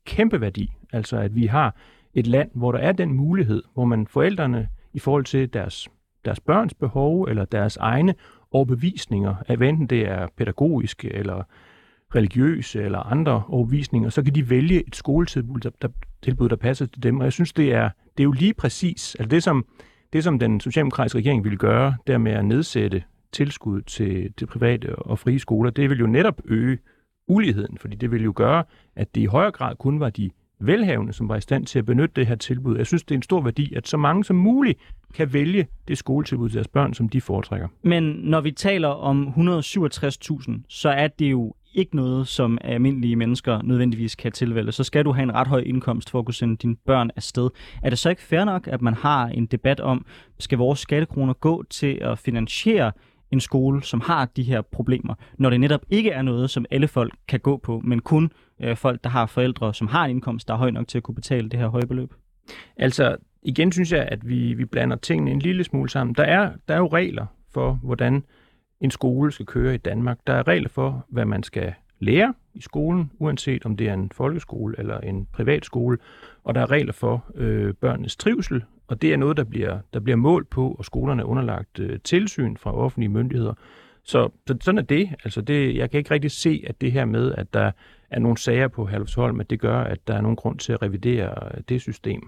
kæmpe værdi. Altså at vi har et land, hvor der er den mulighed, hvor man forældrene i forhold til deres, deres børns behov eller deres egne overbevisninger, af enten det er pædagogiske eller religiøse eller andre overbevisninger, så kan de vælge et skoletilbud, der, der, tilbud, der passer til dem. Og jeg synes, det er, det er jo lige præcis, altså det som, det som den socialdemokratiske regering ville gøre, der med at nedsætte tilskud til, til private og frie skoler, det vil jo netop øge uligheden, fordi det vil jo gøre, at det i højere grad kun var de velhavende, som var i stand til at benytte det her tilbud. Jeg synes, det er en stor værdi, at så mange som muligt kan vælge det skoletilbud til deres børn, som de foretrækker. Men når vi taler om et hundrede og syvogtres tusind, så er det jo ikke noget, som almindelige mennesker nødvendigvis kan tilvælge. Så skal du have en ret høj indkomst for at kunne sende dine børn afsted. Er det så ikke fair nok, at man har en debat om, skal vores skattekroner gå til at finansiere en skole, som har de her problemer, når det netop ikke er noget, som alle folk kan gå på, men kun øh, folk, der har forældre, som har en indkomst, der er høj nok til at kunne betale det her høje beløb? Altså, igen synes jeg, at vi, vi blander tingene en lille smule sammen. Der er, der er jo regler for, hvordan en skole skal køre i Danmark. Der er regler for, hvad man skal lære i skolen, uanset om det er en folkeskole eller en privatskole, og der er regler for øh, børnenes trivsel, og det er noget, der bliver, der bliver målt på, og skolerne er underlagt øh, tilsyn fra offentlige myndigheder. Så, så sådan er det. Altså det. Jeg kan ikke rigtig se, at det her med, at der er nogle sager på Herlufsholm, at det gør, at der er nogen grund til at revidere det system.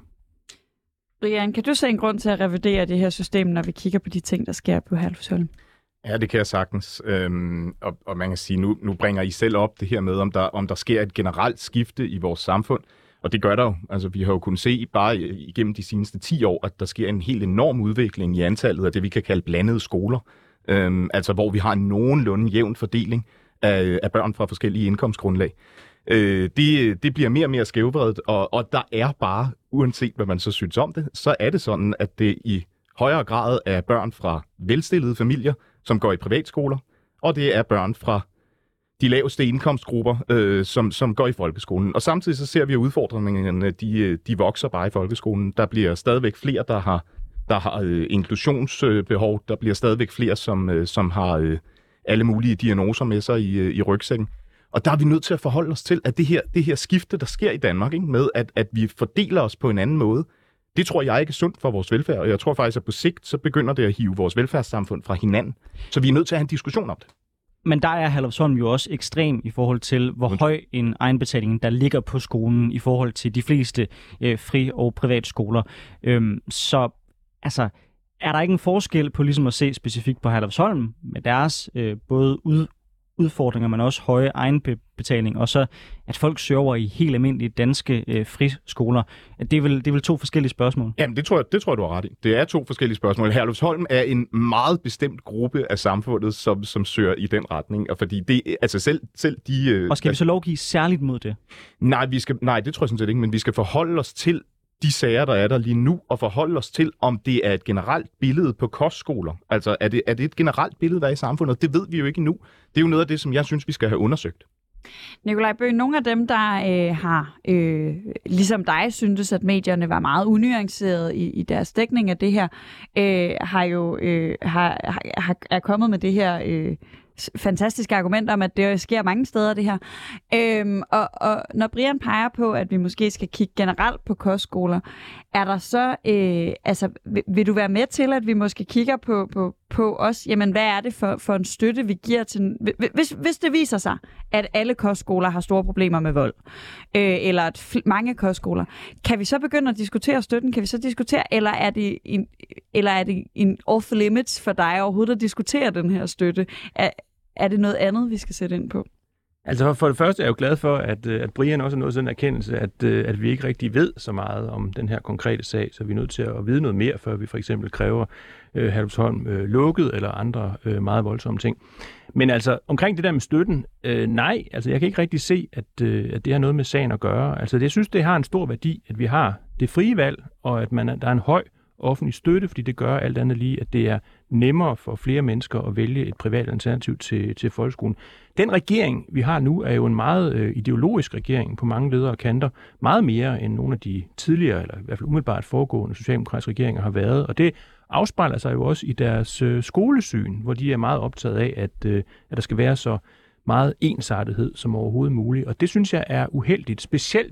Brian, kan du se en grund til at revidere det her system, når vi kigger på de ting, der sker på Herlufsholm? Ja, det kan jeg sagtens. Øhm, og, og man kan sige, nu, nu bringer I selv op det her med, om der, om der sker et generelt skifte i vores samfund. Og det gør der jo. Altså, vi har jo kunnet se bare igennem de seneste ti år, at der sker en helt enorm udvikling i antallet af det, vi kan kalde blandede skoler. Øhm, altså, hvor vi har en nogenlunde jævn fordeling af, af børn fra forskellige indkomstgrundlag. Øh, det, det bliver mere og mere skævvredet, og, og der er bare, uanset hvad man så synes om det, så er det sådan, at det i højere grad er børn fra velstillede familier, som går i privatskoler, og det er børn fra de laveste indkomstgrupper, øh, som, som går i folkeskolen. Og samtidig så ser vi, at udfordringerne, de, de vokser bare i folkeskolen. Der bliver stadigvæk flere, der har, der har øh, inklusionsbehov. Der bliver stadigvæk flere, som, øh, som har øh, alle mulige diagnoser med sig i, øh, i rygsækken. Og der er vi nødt til at forholde os til, at det her, det her skifte, der sker i Danmark, ikke, med at, at vi fordeler os på en anden måde, det tror jeg ikke er sundt for vores velfærd. Og jeg tror faktisk, at på sigt, så begynder det at hive vores velfærdssamfund fra hinanden. Så vi er nødt til at have en diskussion om det. Men der er Herlufsholm jo også ekstrem i forhold til, hvor okay. høj en egenbetaling, der ligger på skolen i forhold til de fleste øh, fri- og privatskoler. Øhm, så altså, er der ikke en forskel på ligesom at se specifikt på Herlufsholm med deres øh, både ud, udfordringer, men også høje egenbetaling, og så at folk søger over i helt almindelige danske øh, friskoler. Det er, vel, det er vel to forskellige spørgsmål? Jamen, det tror, jeg, det tror jeg, du har ret i. Det er to forskellige spørgsmål. Herlufsholm er en meget bestemt gruppe af samfundet, som, som søger i den retning. Og fordi det, altså selv, selv de... Øh, og skal vi så lovgive særligt mod det? Nej, vi skal, nej, det tror jeg sådan set ikke, men vi skal forholde os til de sager, der er der lige nu, og forholde os til, om det er et generelt billede på kostskoler. Altså, er det, er det et generelt billede, der er i samfundet? Det ved vi jo ikke endnu. Det er jo noget af det, som jeg synes, vi skal have undersøgt. Nikolaj Bøgh, nogle af dem, der øh, har, øh, ligesom dig, syntes, at medierne var meget unuancerede i, i deres dækning af det her, øh, har jo øh, har, har, er kommet med det her øh, fantastiske argument om, at det sker mange steder, det her. Øhm, og, og når Brian peger på, at vi måske skal kigge generelt på kostskoler, er der så, øh, altså, vil, vil du være med til, at vi måske kigger på, på, på os, jamen, hvad er det for, for en støtte, vi giver til, hvis, hvis det viser sig, at alle kostskoler har store problemer med vold, øh, eller at mange kostskoler, kan vi så begynde at diskutere støtten? Kan vi så diskutere, eller er det en, eller er det en off limits for dig overhovedet at diskutere den her støtte? Er, er det noget andet, vi skal sætte ind på? Altså for det første er jeg jo glad for, at, at Brian også er nået sådan en erkendelse, at, at vi ikke rigtig ved så meget om den her konkrete sag, så vi er nødt til at vide noget mere, før vi for eksempel kræver øh, Herlufsholm øh, lukket eller andre øh, meget voldsomme ting. Men altså omkring det der med støtten, øh, nej, altså jeg kan ikke rigtig se, at, øh, at det har noget med sagen at gøre. Altså jeg synes, det har en stor værdi, at vi har det frie valg, og at man, der er en høj offentlig støtte, fordi det gør alt andet lige, at det er nemmere for flere mennesker at vælge et privat alternativ til, til folkeskolen. Den regering, vi har nu, er jo en meget øh, ideologisk regering på mange ledere og kanter, meget mere end nogle af de tidligere, eller i hvert fald umiddelbart foregående socialdemokratiske regeringer har været, og det afspejler sig jo også i deres øh, skolesyn, hvor de er meget optaget af, at, øh, at der skal være så meget ensartethed som overhovedet muligt, og det synes jeg er uheldigt, specielt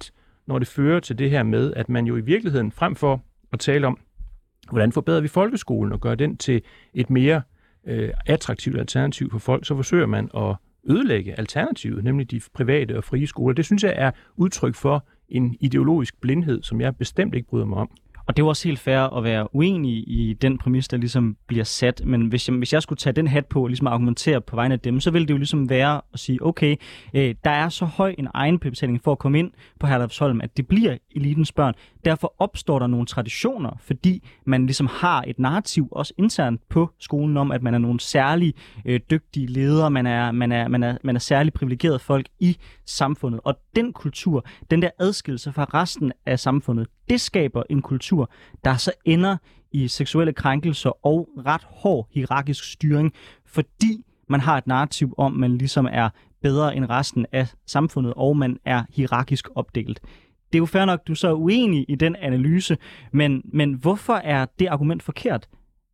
når det fører til det her med, at man jo i virkeligheden, frem for at tale om, hvordan forbedrer vi folkeskolen og gør den til et mere øh, attraktivt alternativ for folk, så forsøger man at ødelægge alternativet, nemlig de private og frie skoler. Det synes jeg er udtryk for en ideologisk blindhed, som jeg bestemt ikke bryder mig om. Og det er også helt fair at være uenig i den præmis, der ligesom bliver sat. Men hvis jeg, hvis jeg skulle tage den hat på og ligesom argumentere på vegne af dem, så ville det jo ligesom være at sige, okay, øh, der er så høj en egenbetaling for at komme ind på Herlufsholm, at det bliver elitens børn. Derfor opstår der nogle traditioner, fordi man ligesom har et narrativ også internt på skolen om, at man er nogle særlig øh, dygtige ledere, man er, man, er, man, er, man er særlig privilegerede folk i samfundet. Og den kultur, den der adskillelse fra resten af samfundet, det skaber en kultur, der så ender i seksuelle krænkelser og ret hård hierarkisk styring, fordi man har et narrativ om, at man ligesom er bedre end resten af samfundet, og man er hierarkisk opdelt. Det er jo fair nok, du så er uenig i den analyse, men, men hvorfor er det argument forkert?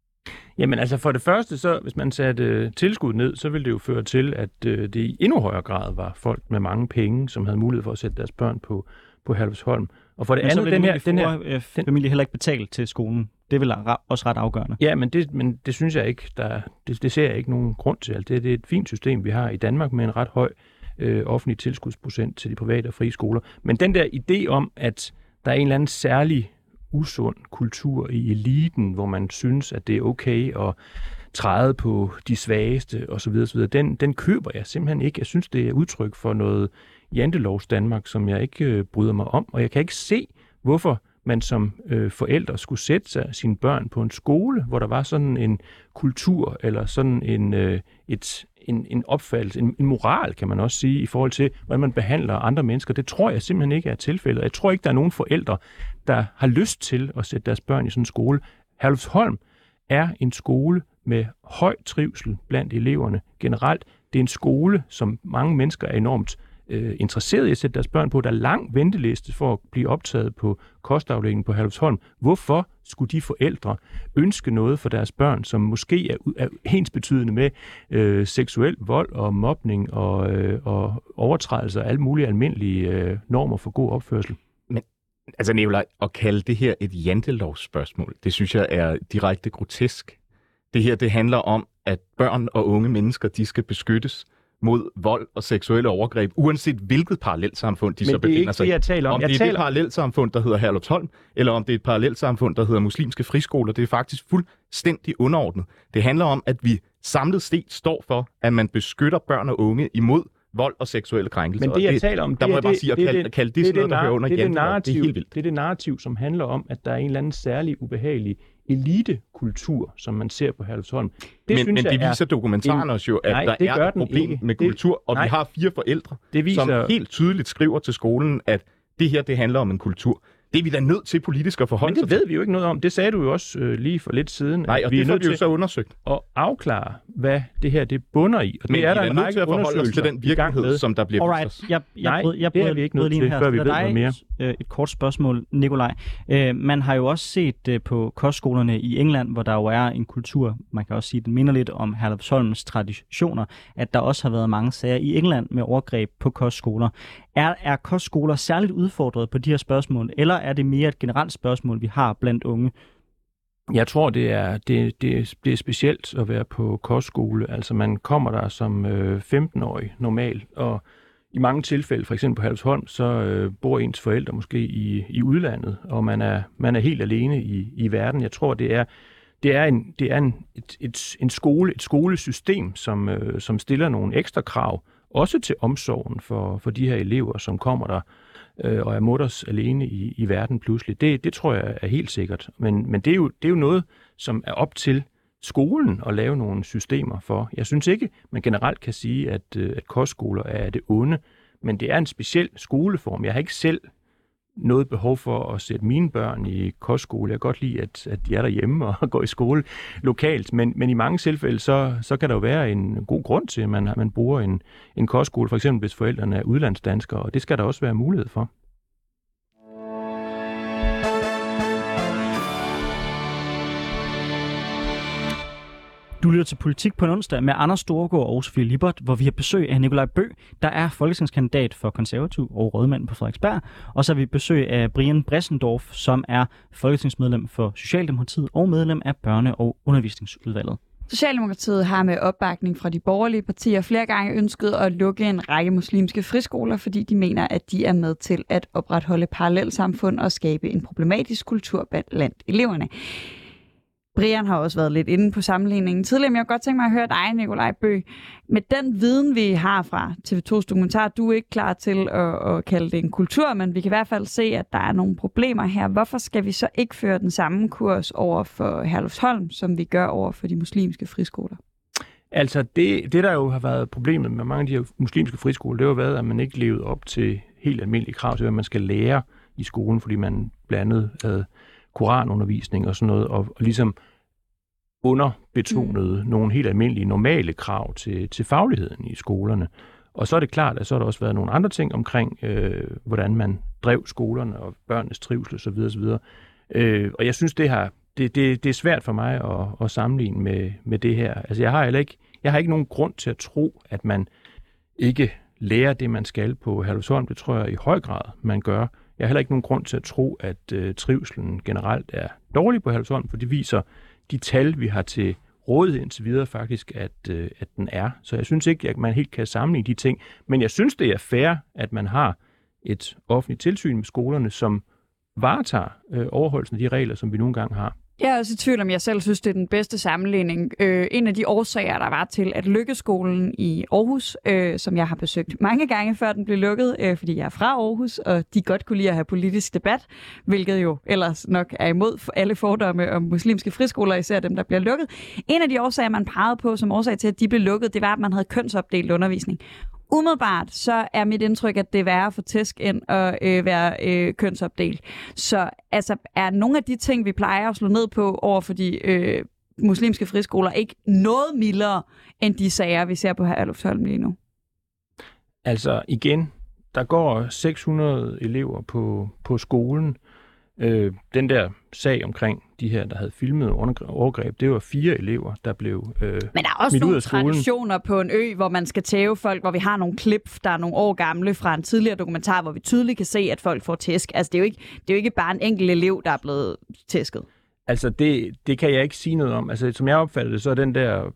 Jamen altså for det første, så hvis man satte øh, tilskud ned, så ville det jo føre til, at øh, det i endnu højere grad var folk med mange penge, som havde mulighed for at sætte deres børn på, på Herlufsholm. Og for det men andet, så den her, den her øh, familie heller ikke betale til skolen. Det er vel også ret afgørende. Ja, men det, men det synes jeg ikke, der, det, det ser jeg ikke nogen grund til. Altså, det, det er et fint system, vi har i Danmark med en ret høj øh, offentlig tilskudsprocent til de private og frie skoler. Men den der idé om, at der er en eller anden særlig usund kultur i eliten, hvor man synes, at det er okay at træde på de svageste osv., osv., den, den køber jeg simpelthen ikke. Jeg synes, det er udtryk for noget jantelovs Danmark, som jeg ikke øh, bryder mig om, og jeg kan ikke se, hvorfor man som øh, forældre skulle sætte sig sine børn på en skole, hvor der var sådan en kultur, eller sådan en, øh, et, en, en opfattelse, en, en moral, kan man også sige, i forhold til, hvordan man behandler andre mennesker. Det tror jeg simpelthen ikke er tilfældet. Jeg tror ikke, der er nogen forældre, der har lyst til at sætte deres børn i sådan en skole. Herlufsholm er en skole med høj trivsel blandt eleverne generelt. Det er en skole, som mange mennesker er enormt øh, interesseret i at sætte deres børn på. Der er lang venteliste for at blive optaget på kostafdelingen på Herlufsholm. Hvorfor skulle de forældre ønske noget for deres børn, som måske er, er ensbetydende med øh, seksuel vold og mobning og, øh, og overtrædelser af alle mulige almindelige øh, normer for god opførsel? Men altså Nicolaj, at kalde det her et jantelovsspørgsmål, det synes jeg er direkte grotesk. Det her, det handler om, at børn og unge mennesker, de skal beskyttes mod vold og seksuelle overgreb, uanset hvilket parallelsamfund de Men så befinder sig i. Men det er ikke det, jeg taler om. Om jeg det er taler... det parallelsamfund, der hedder Herlufsholm, eller om det er et parallelsamfund, der hedder muslimske friskoler, det er faktisk fuldstændig underordnet. Det handler om, at vi samlet set står for, at man beskytter børn og unge imod vold og seksuelle krænkelser. Men det, jeg det, taler om, der det må er jeg bare det, sige, at det, kalde det, kalde det, det sådan noget, der hører under jantelov. Det er helt vildt. Det er det narrativ, som handler om, at der er en eller anden særlig ubehagelig elitekultur, som man ser på Herlufsholm. Det men synes men det jeg viser dokumentaren os jo, at nej, der er et problem ikke. med det, kultur, og nej, vi har fire forældre, det viser... som helt tydeligt skriver til skolen, at det her, det handler om en kultur. Det er vi da nødt til politisk at forholde sig til. Men det ved vi jo ikke noget om. Det sagde du jo også øh, lige for lidt siden. Nej, og vi det er får nødt vi jo til så undersøgt. At afklare, hvad det her det bunder i. Og men det er vi der er en nødt række til at forholde os til den virkelighed, som der bliver Alright, vist os. jeg, jeg, Nej, brød, jeg det brød, er vi ikke nødt til, her, før vi ved noget mere. Et, et kort spørgsmål, Nicolaj. Øh, man har jo også set øh, på kostskolerne i England, hvor der jo er en kultur, man kan også sige, den minder lidt om Herlufsholms traditioner, at der også har været mange sager i England med overgreb på kostskoler. Er, er kostskoler særligt udfordret på de her spørgsmål, eller er det mere et generelt spørgsmål, vi har blandt unge? Jeg tror, det er, det, det, er, det er specielt at være på kostskole. Altså, man kommer der som øh, femten-årig normalt, og i mange tilfælde, for eksempel på Herlufsholm, så øh, bor ens forældre måske i, i udlandet, og man er, man er helt alene i, i verden. Jeg tror, det er, det er, en, det er en, et, et, en skole, et skolesystem, som, øh, som stiller nogle ekstra krav, også til omsorgen for, for de her elever, som kommer der øh, og er mutters alene i, i verden pludselig. Det, det tror jeg er helt sikkert. Men, men det, er jo, det er jo noget, som er op til skolen at lave nogle systemer for. Jeg synes ikke, man generelt kan sige, at, at kostskoler er det onde, men det er en speciel skoleform. Jeg har ikke selv noget behov for at sætte mine børn i kostskole. Jeg kan godt lide, at, at de er derhjemme og går i skole lokalt, men, men i mange tilfælde, så, så kan der jo være en god grund til, at man, man bruger en, en kostskole, for eksempel hvis forældrene er udlandsdanskere, og det skal der også være mulighed for. Du Du lytter til Politik på en onsdag med Anders Storgård og Sofie Lippert, hvor vi har besøg af Nikolaj Bø, der er folketingskandidat for Konservativ og rådmand på Frederiksberg. Og så har vi besøg af Brian Bressendorf, som er folketingsmedlem for Socialdemokratiet og medlem af Børne- og Undervisningsudvalget. Socialdemokratiet har med opbakning fra de borgerlige partier flere gange ønsket at lukke en række muslimske friskoler, fordi de mener, at de er med til at opretholde parallelsamfund og skabe en problematisk kultur blandt eleverne. Brian har også været lidt inde på sammenligningen tidligere, men jeg kunne godt tænke mig at høre dig, Nikolaj Bø. Med den viden, vi har fra T V to's dokumentar, du er ikke klar til at, at kalde det en kultur, men vi kan i hvert fald se, at der er nogle problemer her. Hvorfor skal vi så ikke føre den samme kurs over for Herlufsholm, som vi gør over for de muslimske friskoler? Altså, det, det der jo har været problemet med mange af de her muslimske friskoler, det har jo været, at man ikke levede op til helt almindelige krav til, hvad man skal lære i skolen, fordi man blandt andet havde koranundervisning og sådan noget, og, og ligesom underbetonede mm. nogle helt almindelige, normale krav til, til fagligheden i skolerne. Og så er det klart, at så har der også været nogle andre ting omkring, øh, hvordan man drev skolerne og børnenes trivsel osv. osv. Øh, og jeg synes, det, har, det, det, det er svært for mig at, at sammenligne med, med det her. Altså, jeg har heller ikke, jeg har ikke nogen grund til at tro, at man ikke lærer det, man skal på Herlufsholm. Det tror jeg i høj grad, man gør. Jeg har heller ikke nogen grund til at tro, at øh, trivselen generelt er dårlig på Herlufsholm, for det viser de tal, vi har til rådighed indtil videre faktisk, at, øh, at den er. Så jeg synes ikke, at man helt kan sammenligne de ting. Men jeg synes, det er fair, at man har et offentligt tilsyn med skolerne, som varetager øh, overholdelsen af de regler, som vi nogle gange har. Jeg er også i tvivl om, jeg selv synes, det er den bedste sammenligning. Øh, en af de årsager, der var til, at Lykkeskolen i Aarhus, øh, som jeg har besøgt mange gange, før den blev lukket, øh, fordi jeg er fra Aarhus, og de godt kunne lide at have politisk debat, hvilket jo ellers nok er imod for alle fordomme om muslimske friskoler, især dem, der bliver lukket. En af de årsager, man pegede på som årsag til, at de blev lukket, det var, at man havde kønsopdelt undervisning. Umiddelbart så er mit indtryk, at det er værre for tæsk end at øh, være øh, kønsopdelt. Så altså, er nogle af de ting, vi plejer at slå ned på over for de øh, muslimske friskoler, ikke noget mildere end de sager, vi ser på Herlufsholm lige nu? Altså igen, der går seks hundrede elever på, på skolen. Øh, den der sag omkring de her, der havde filmet overgreb, det var fire elever, der blev øh, Men der er også nogle traditioner på en ø, hvor man skal tæve folk, hvor vi har nogle klip, der er nogle år gamle fra en tidligere dokumentar, hvor vi tydeligt kan se, at folk får tæsk. Altså, det er jo ikke, det er jo ikke bare en enkelt elev, der er blevet tæsket. Altså, det, det kan jeg ikke sige noget om. Altså, som jeg opfatter det, så er den der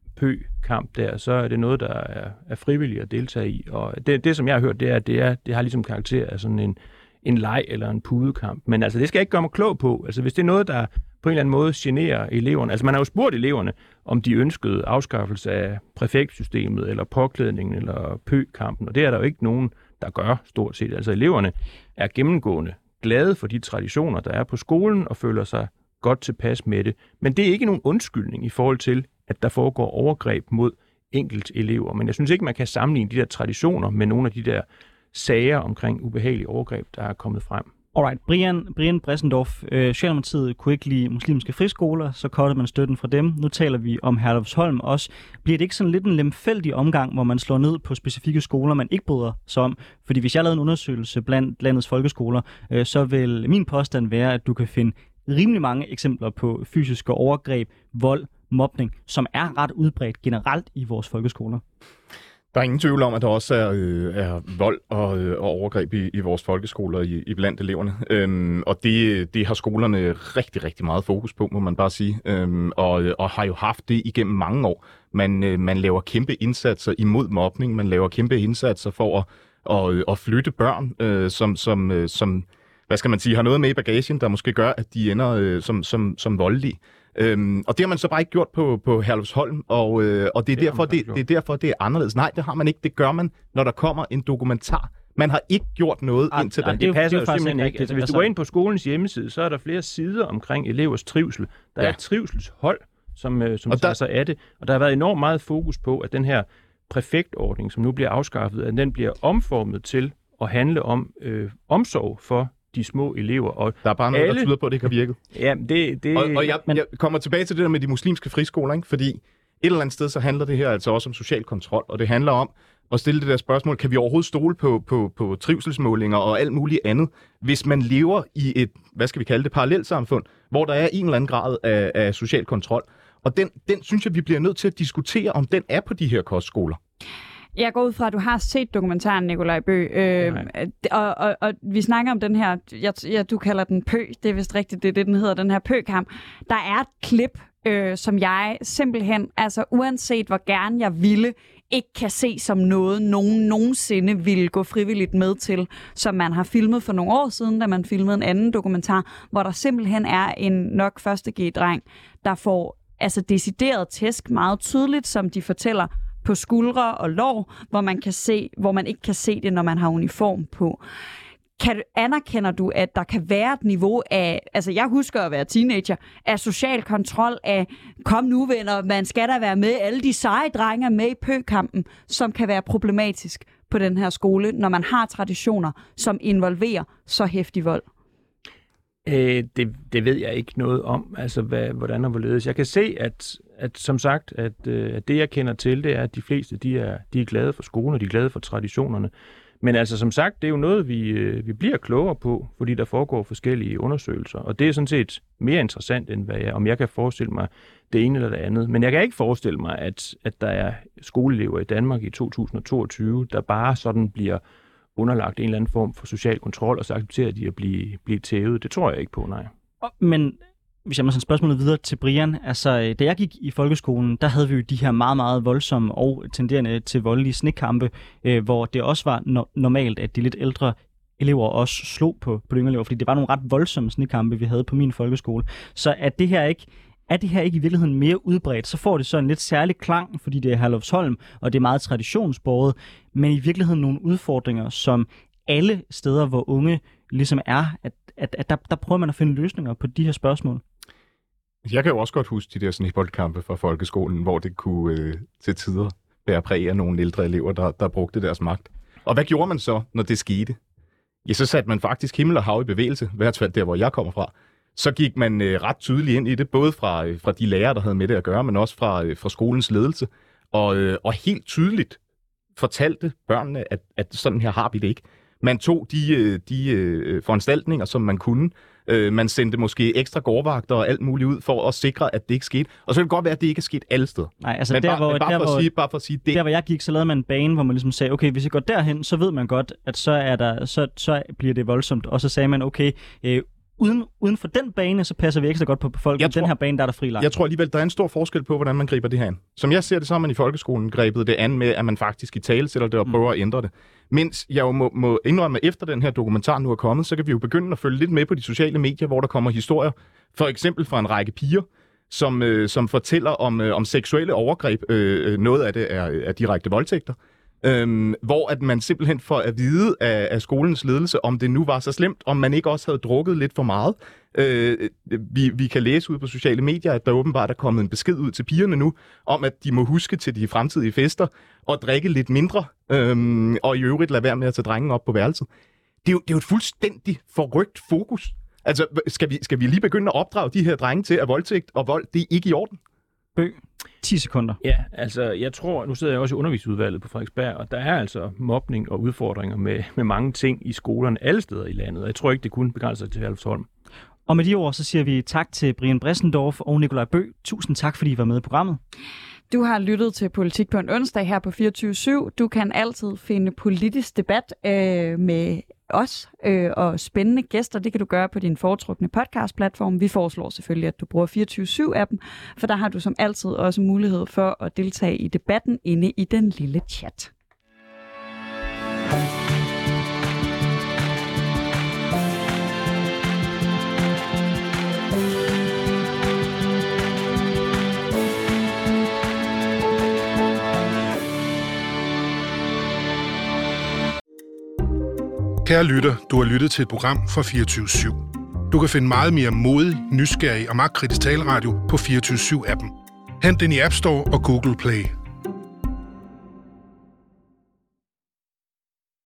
pø-kamp der, så er det noget, der er, er frivilligt at deltage i. Og det, det, som jeg har hørt, det er, at det, er, det har ligesom karakter af sådan en en leg eller en pudekamp. Men altså, det skal jeg ikke gøre mig klog på. Altså, hvis det er noget, der på en eller anden måde generer eleverne. Altså, man har jo spurgt eleverne, om de ønskede afskaffelse af præfektsystemet, eller påklædningen, eller pø-kampen, og det er der jo ikke nogen, der gør stort set. Altså, eleverne er gennemgående glade for de traditioner, der er på skolen, og føler sig godt tilpas med det. Men det er ikke nogen undskyldning i forhold til, at der foregår overgreb mod enkelt elever. Men jeg synes ikke, man kan sammenligne de der traditioner med nogle af de der sager omkring ubehagelige overgreb, der er kommet frem. Alright, Brian, Brian Bressendorf, øh, Socialdemokratiet kunne ikke lide muslimske friskoler, så kottede man støtten fra dem. Nu taler vi om Herlufsholm også. Bliver det ikke sådan lidt en lemfældig omgang, hvor man slår ned på specifikke skoler, man ikke bryder sig om? Fordi hvis jeg lavede en undersøgelse blandt landets folkeskoler, øh, så vil min påstand være, at du kan finde rimelig mange eksempler på fysiske overgreb, vold, mobning, som er ret udbredt generelt i vores folkeskoler. Der er ingen tvivl om, at der også er, øh, er vold og, øh, og overgreb i, i vores folkeskoler i, i blandt eleverne. Øhm, og det, det har skolerne rigtig, rigtig meget fokus på, må man bare sige. Øhm, og, og har jo haft det igennem mange år. Man, øh, man laver kæmpe indsatser imod mobning. Man laver kæmpe indsatser for at, at, at flytte børn, øh, som, som, øh, som hvad skal man sige, har noget med i bagagen, der måske gør, at de ender øh, som, som, som voldelige. Øhm, og det har man så bare ikke gjort på, på Herlufsholm, og, øh, og det, er det, derfor, det, det er derfor, det er anderledes. Nej, det har man ikke. Det gør man, når der kommer en dokumentar. Man har ikke gjort noget Arh, indtil da. det. Det passer jo simpelthen ikke. Altså, hvis du går ind på skolens hjemmeside, så er der flere sider omkring elevers trivsel. Der ja. er et trivselshold, som, øh, som tager sig af det. Og der har været enormt meget fokus på, at den her præfektordning, som nu bliver afskaffet, at den bliver omformet til at handle om øh, omsorg for de små elever. Og der er bare noget, alle... der tyder på, at det ikke har virket. Ja, det... det... Og, og jeg, jeg kommer tilbage til det der med de muslimske friskoler, ikke? Fordi et eller andet sted, så handler det her altså også om social kontrol, og det handler om at stille det der spørgsmål, kan vi overhovedet stole på, på, på trivselsmålinger og alt muligt andet, hvis man lever i et, hvad skal vi kalde det, parallelsamfund, hvor der er en eller anden grad af, af social kontrol. Og den, den synes jeg, vi bliver nødt til at diskutere, om den er på de her kostskoler. Jeg går ud fra, at du har set dokumentaren, Nikolaj Bøgh, øh, og, og, og vi snakker om den her, jeg, ja, du kalder den Pø, det er vist rigtigt, det er det, den hedder, den her Pø-kamp. Der er et klip, øh, som jeg simpelthen, altså uanset hvor gerne jeg ville, ikke kan se som noget, nogen nogensinde ville gå frivilligt med til, som man har filmet for nogle år siden, da man filmede en anden dokumentar, hvor der simpelthen er en nok første G-dreng, der får altså decideret tæsk meget tydeligt, som de fortæller, på skuldre og lår, hvor man kan se, hvor man ikke kan se det, når man har uniform på. Kan, anerkender du, at der kan være et niveau af, altså jeg husker at være teenager, af social kontrol, af kom nu venner, man skal da være med, alle de seje drenge med i Pø-kampen, som kan være problematisk på den her skole, når man har traditioner, som involverer så heftig vold? Øh, det, det ved jeg ikke noget om, altså hvad, hvordan og hvorledes. Jeg kan se, at, at som sagt, at, at det jeg kender til, det er, at de fleste de er, de er glade for skolen, og de er glade for traditionerne. Men altså som sagt, det er jo noget, vi, vi bliver klogere på, fordi der foregår forskellige undersøgelser. Og det er sådan set mere interessant, end hvad jeg, om jeg kan forestille mig det ene eller det andet. Men jeg kan ikke forestille mig, at, at der er skoleelever i Danmark i to tusind og toogtyve, der bare sådan bliver underlagt en eller anden form for social kontrol, og så accepterer de at blive, blive tævet. Det tror jeg ikke på, nej. Men hvis jeg må sende spørgsmålet videre til Brian, altså da jeg gik i folkeskolen, der havde vi jo de her meget, meget voldsomme og tenderende til voldelige snekampe, øh, hvor det også var no- normalt, at de lidt ældre elever også slog på, på de yngre elever, fordi det var nogle ret voldsomme snekampe, vi havde på min folkeskole. Så er det her ikke Er det her ikke i virkeligheden mere udbredt, så får det så en lidt særlig klang, fordi det er Herlufsholm, og det er meget traditionsbåret, men i virkeligheden nogle udfordringer, som alle steder, hvor unge ligesom er, at, at, at der, der prøver man at finde løsninger på de her spørgsmål. Jeg kan jo også godt huske de der sneboldkampe fra folkeskolen, hvor det kunne øh, til tider bære præg af nogle ældre elever, der, der brugte deres magt. Og hvad gjorde man så, når det skete? Ja, så satte man faktisk himmel og hav i bevægelse, i hvert fald der, hvor jeg kommer fra. Så gik man øh, ret tydeligt ind i det, både fra, øh, fra de lærere, der havde med det at gøre, men også fra, øh, fra skolens ledelse. Og, øh, og helt tydeligt fortalte børnene, at, at sådan her har vi det ikke. Man tog de, de øh, foranstaltninger, som man kunne. Øh, man sendte måske ekstra gårdvagter og alt muligt ud for at sikre, at det ikke skete. Og så kan det godt være, at det ikke er sket alle steder. Nej, altså men der, bare, hvor, men bare, der, for hvor, sige, bare for at sige det. Der, hvor jeg gik, så lavede man en bane, hvor man ligesom sagde, okay, hvis jeg går derhen, så ved man godt, at så, er der, så, så bliver det voldsomt. Og så sagde man, okay, øh, Uden, uden for den bane, så passer vi ikke så godt på folk. Men den her bane, der er der fri leg. Jeg tror alligevel, der er en stor forskel på, hvordan man griber det her an. Som jeg ser det, så har man i folkeskolen grebet det an med, at man faktisk i tale sætter det og prøver mm. at ændre det. Mens jeg jo må, må indrømme, at efter den her dokumentar nu er kommet, så kan vi jo begynde at følge lidt med på de sociale medier, hvor der kommer historier. For eksempel fra en række piger, som, øh, som fortæller om, øh, om seksuelle overgreb. Øh, noget af det er, er direkte voldtægter. Øhm, hvor at man simpelthen får at vide af, af skolens ledelse, om det nu var så slemt, om man ikke også havde drukket lidt for meget. Øh, vi, vi kan læse ud på sociale medier, at der åbenbart er kommet en besked ud til pigerne nu, om at de må huske til de fremtidige fester og drikke lidt mindre, øhm, og i øvrigt lade være med at tage drengen op på værelset. Det er jo, det er jo et fuldstændig forrygt fokus. Altså, skal vi, skal vi lige begynde at opdrage de her drenge til, at voldtægt og vold, det er ikke i orden? Bøgh. ti sekunder. Ja, altså jeg tror, nu sidder jeg også i undervisningsudvalget på Frederiksberg, og der er altså mobning og udfordringer med, med mange ting i skolerne alle steder i landet, og jeg tror ikke, det kun begrænser sig til Herlufsholm. Og med de ord, så siger vi tak til Brian Bressendorf og Nikolaj Bøgh. Tusind tak, fordi I var med i programmet. Du har lyttet til Politik på en onsdag her på fireogtyve syv. Du kan altid finde politisk debat øh, med os øh, og spændende gæster. Det kan du gøre på din foretrukne podcastplatform. Vi foreslår selvfølgelig, at du bruger fireogtyve syv-appen, for der har du som altid også mulighed for at deltage i debatten inde i den lille chat. Kære lytter, du har lyttet til et program fra fireogtyve syv. Du kan finde meget mere modig, nysgerrig og magtkritisk taleradio på fireogtyve syv-appen. Hent den i App Store og Google Play.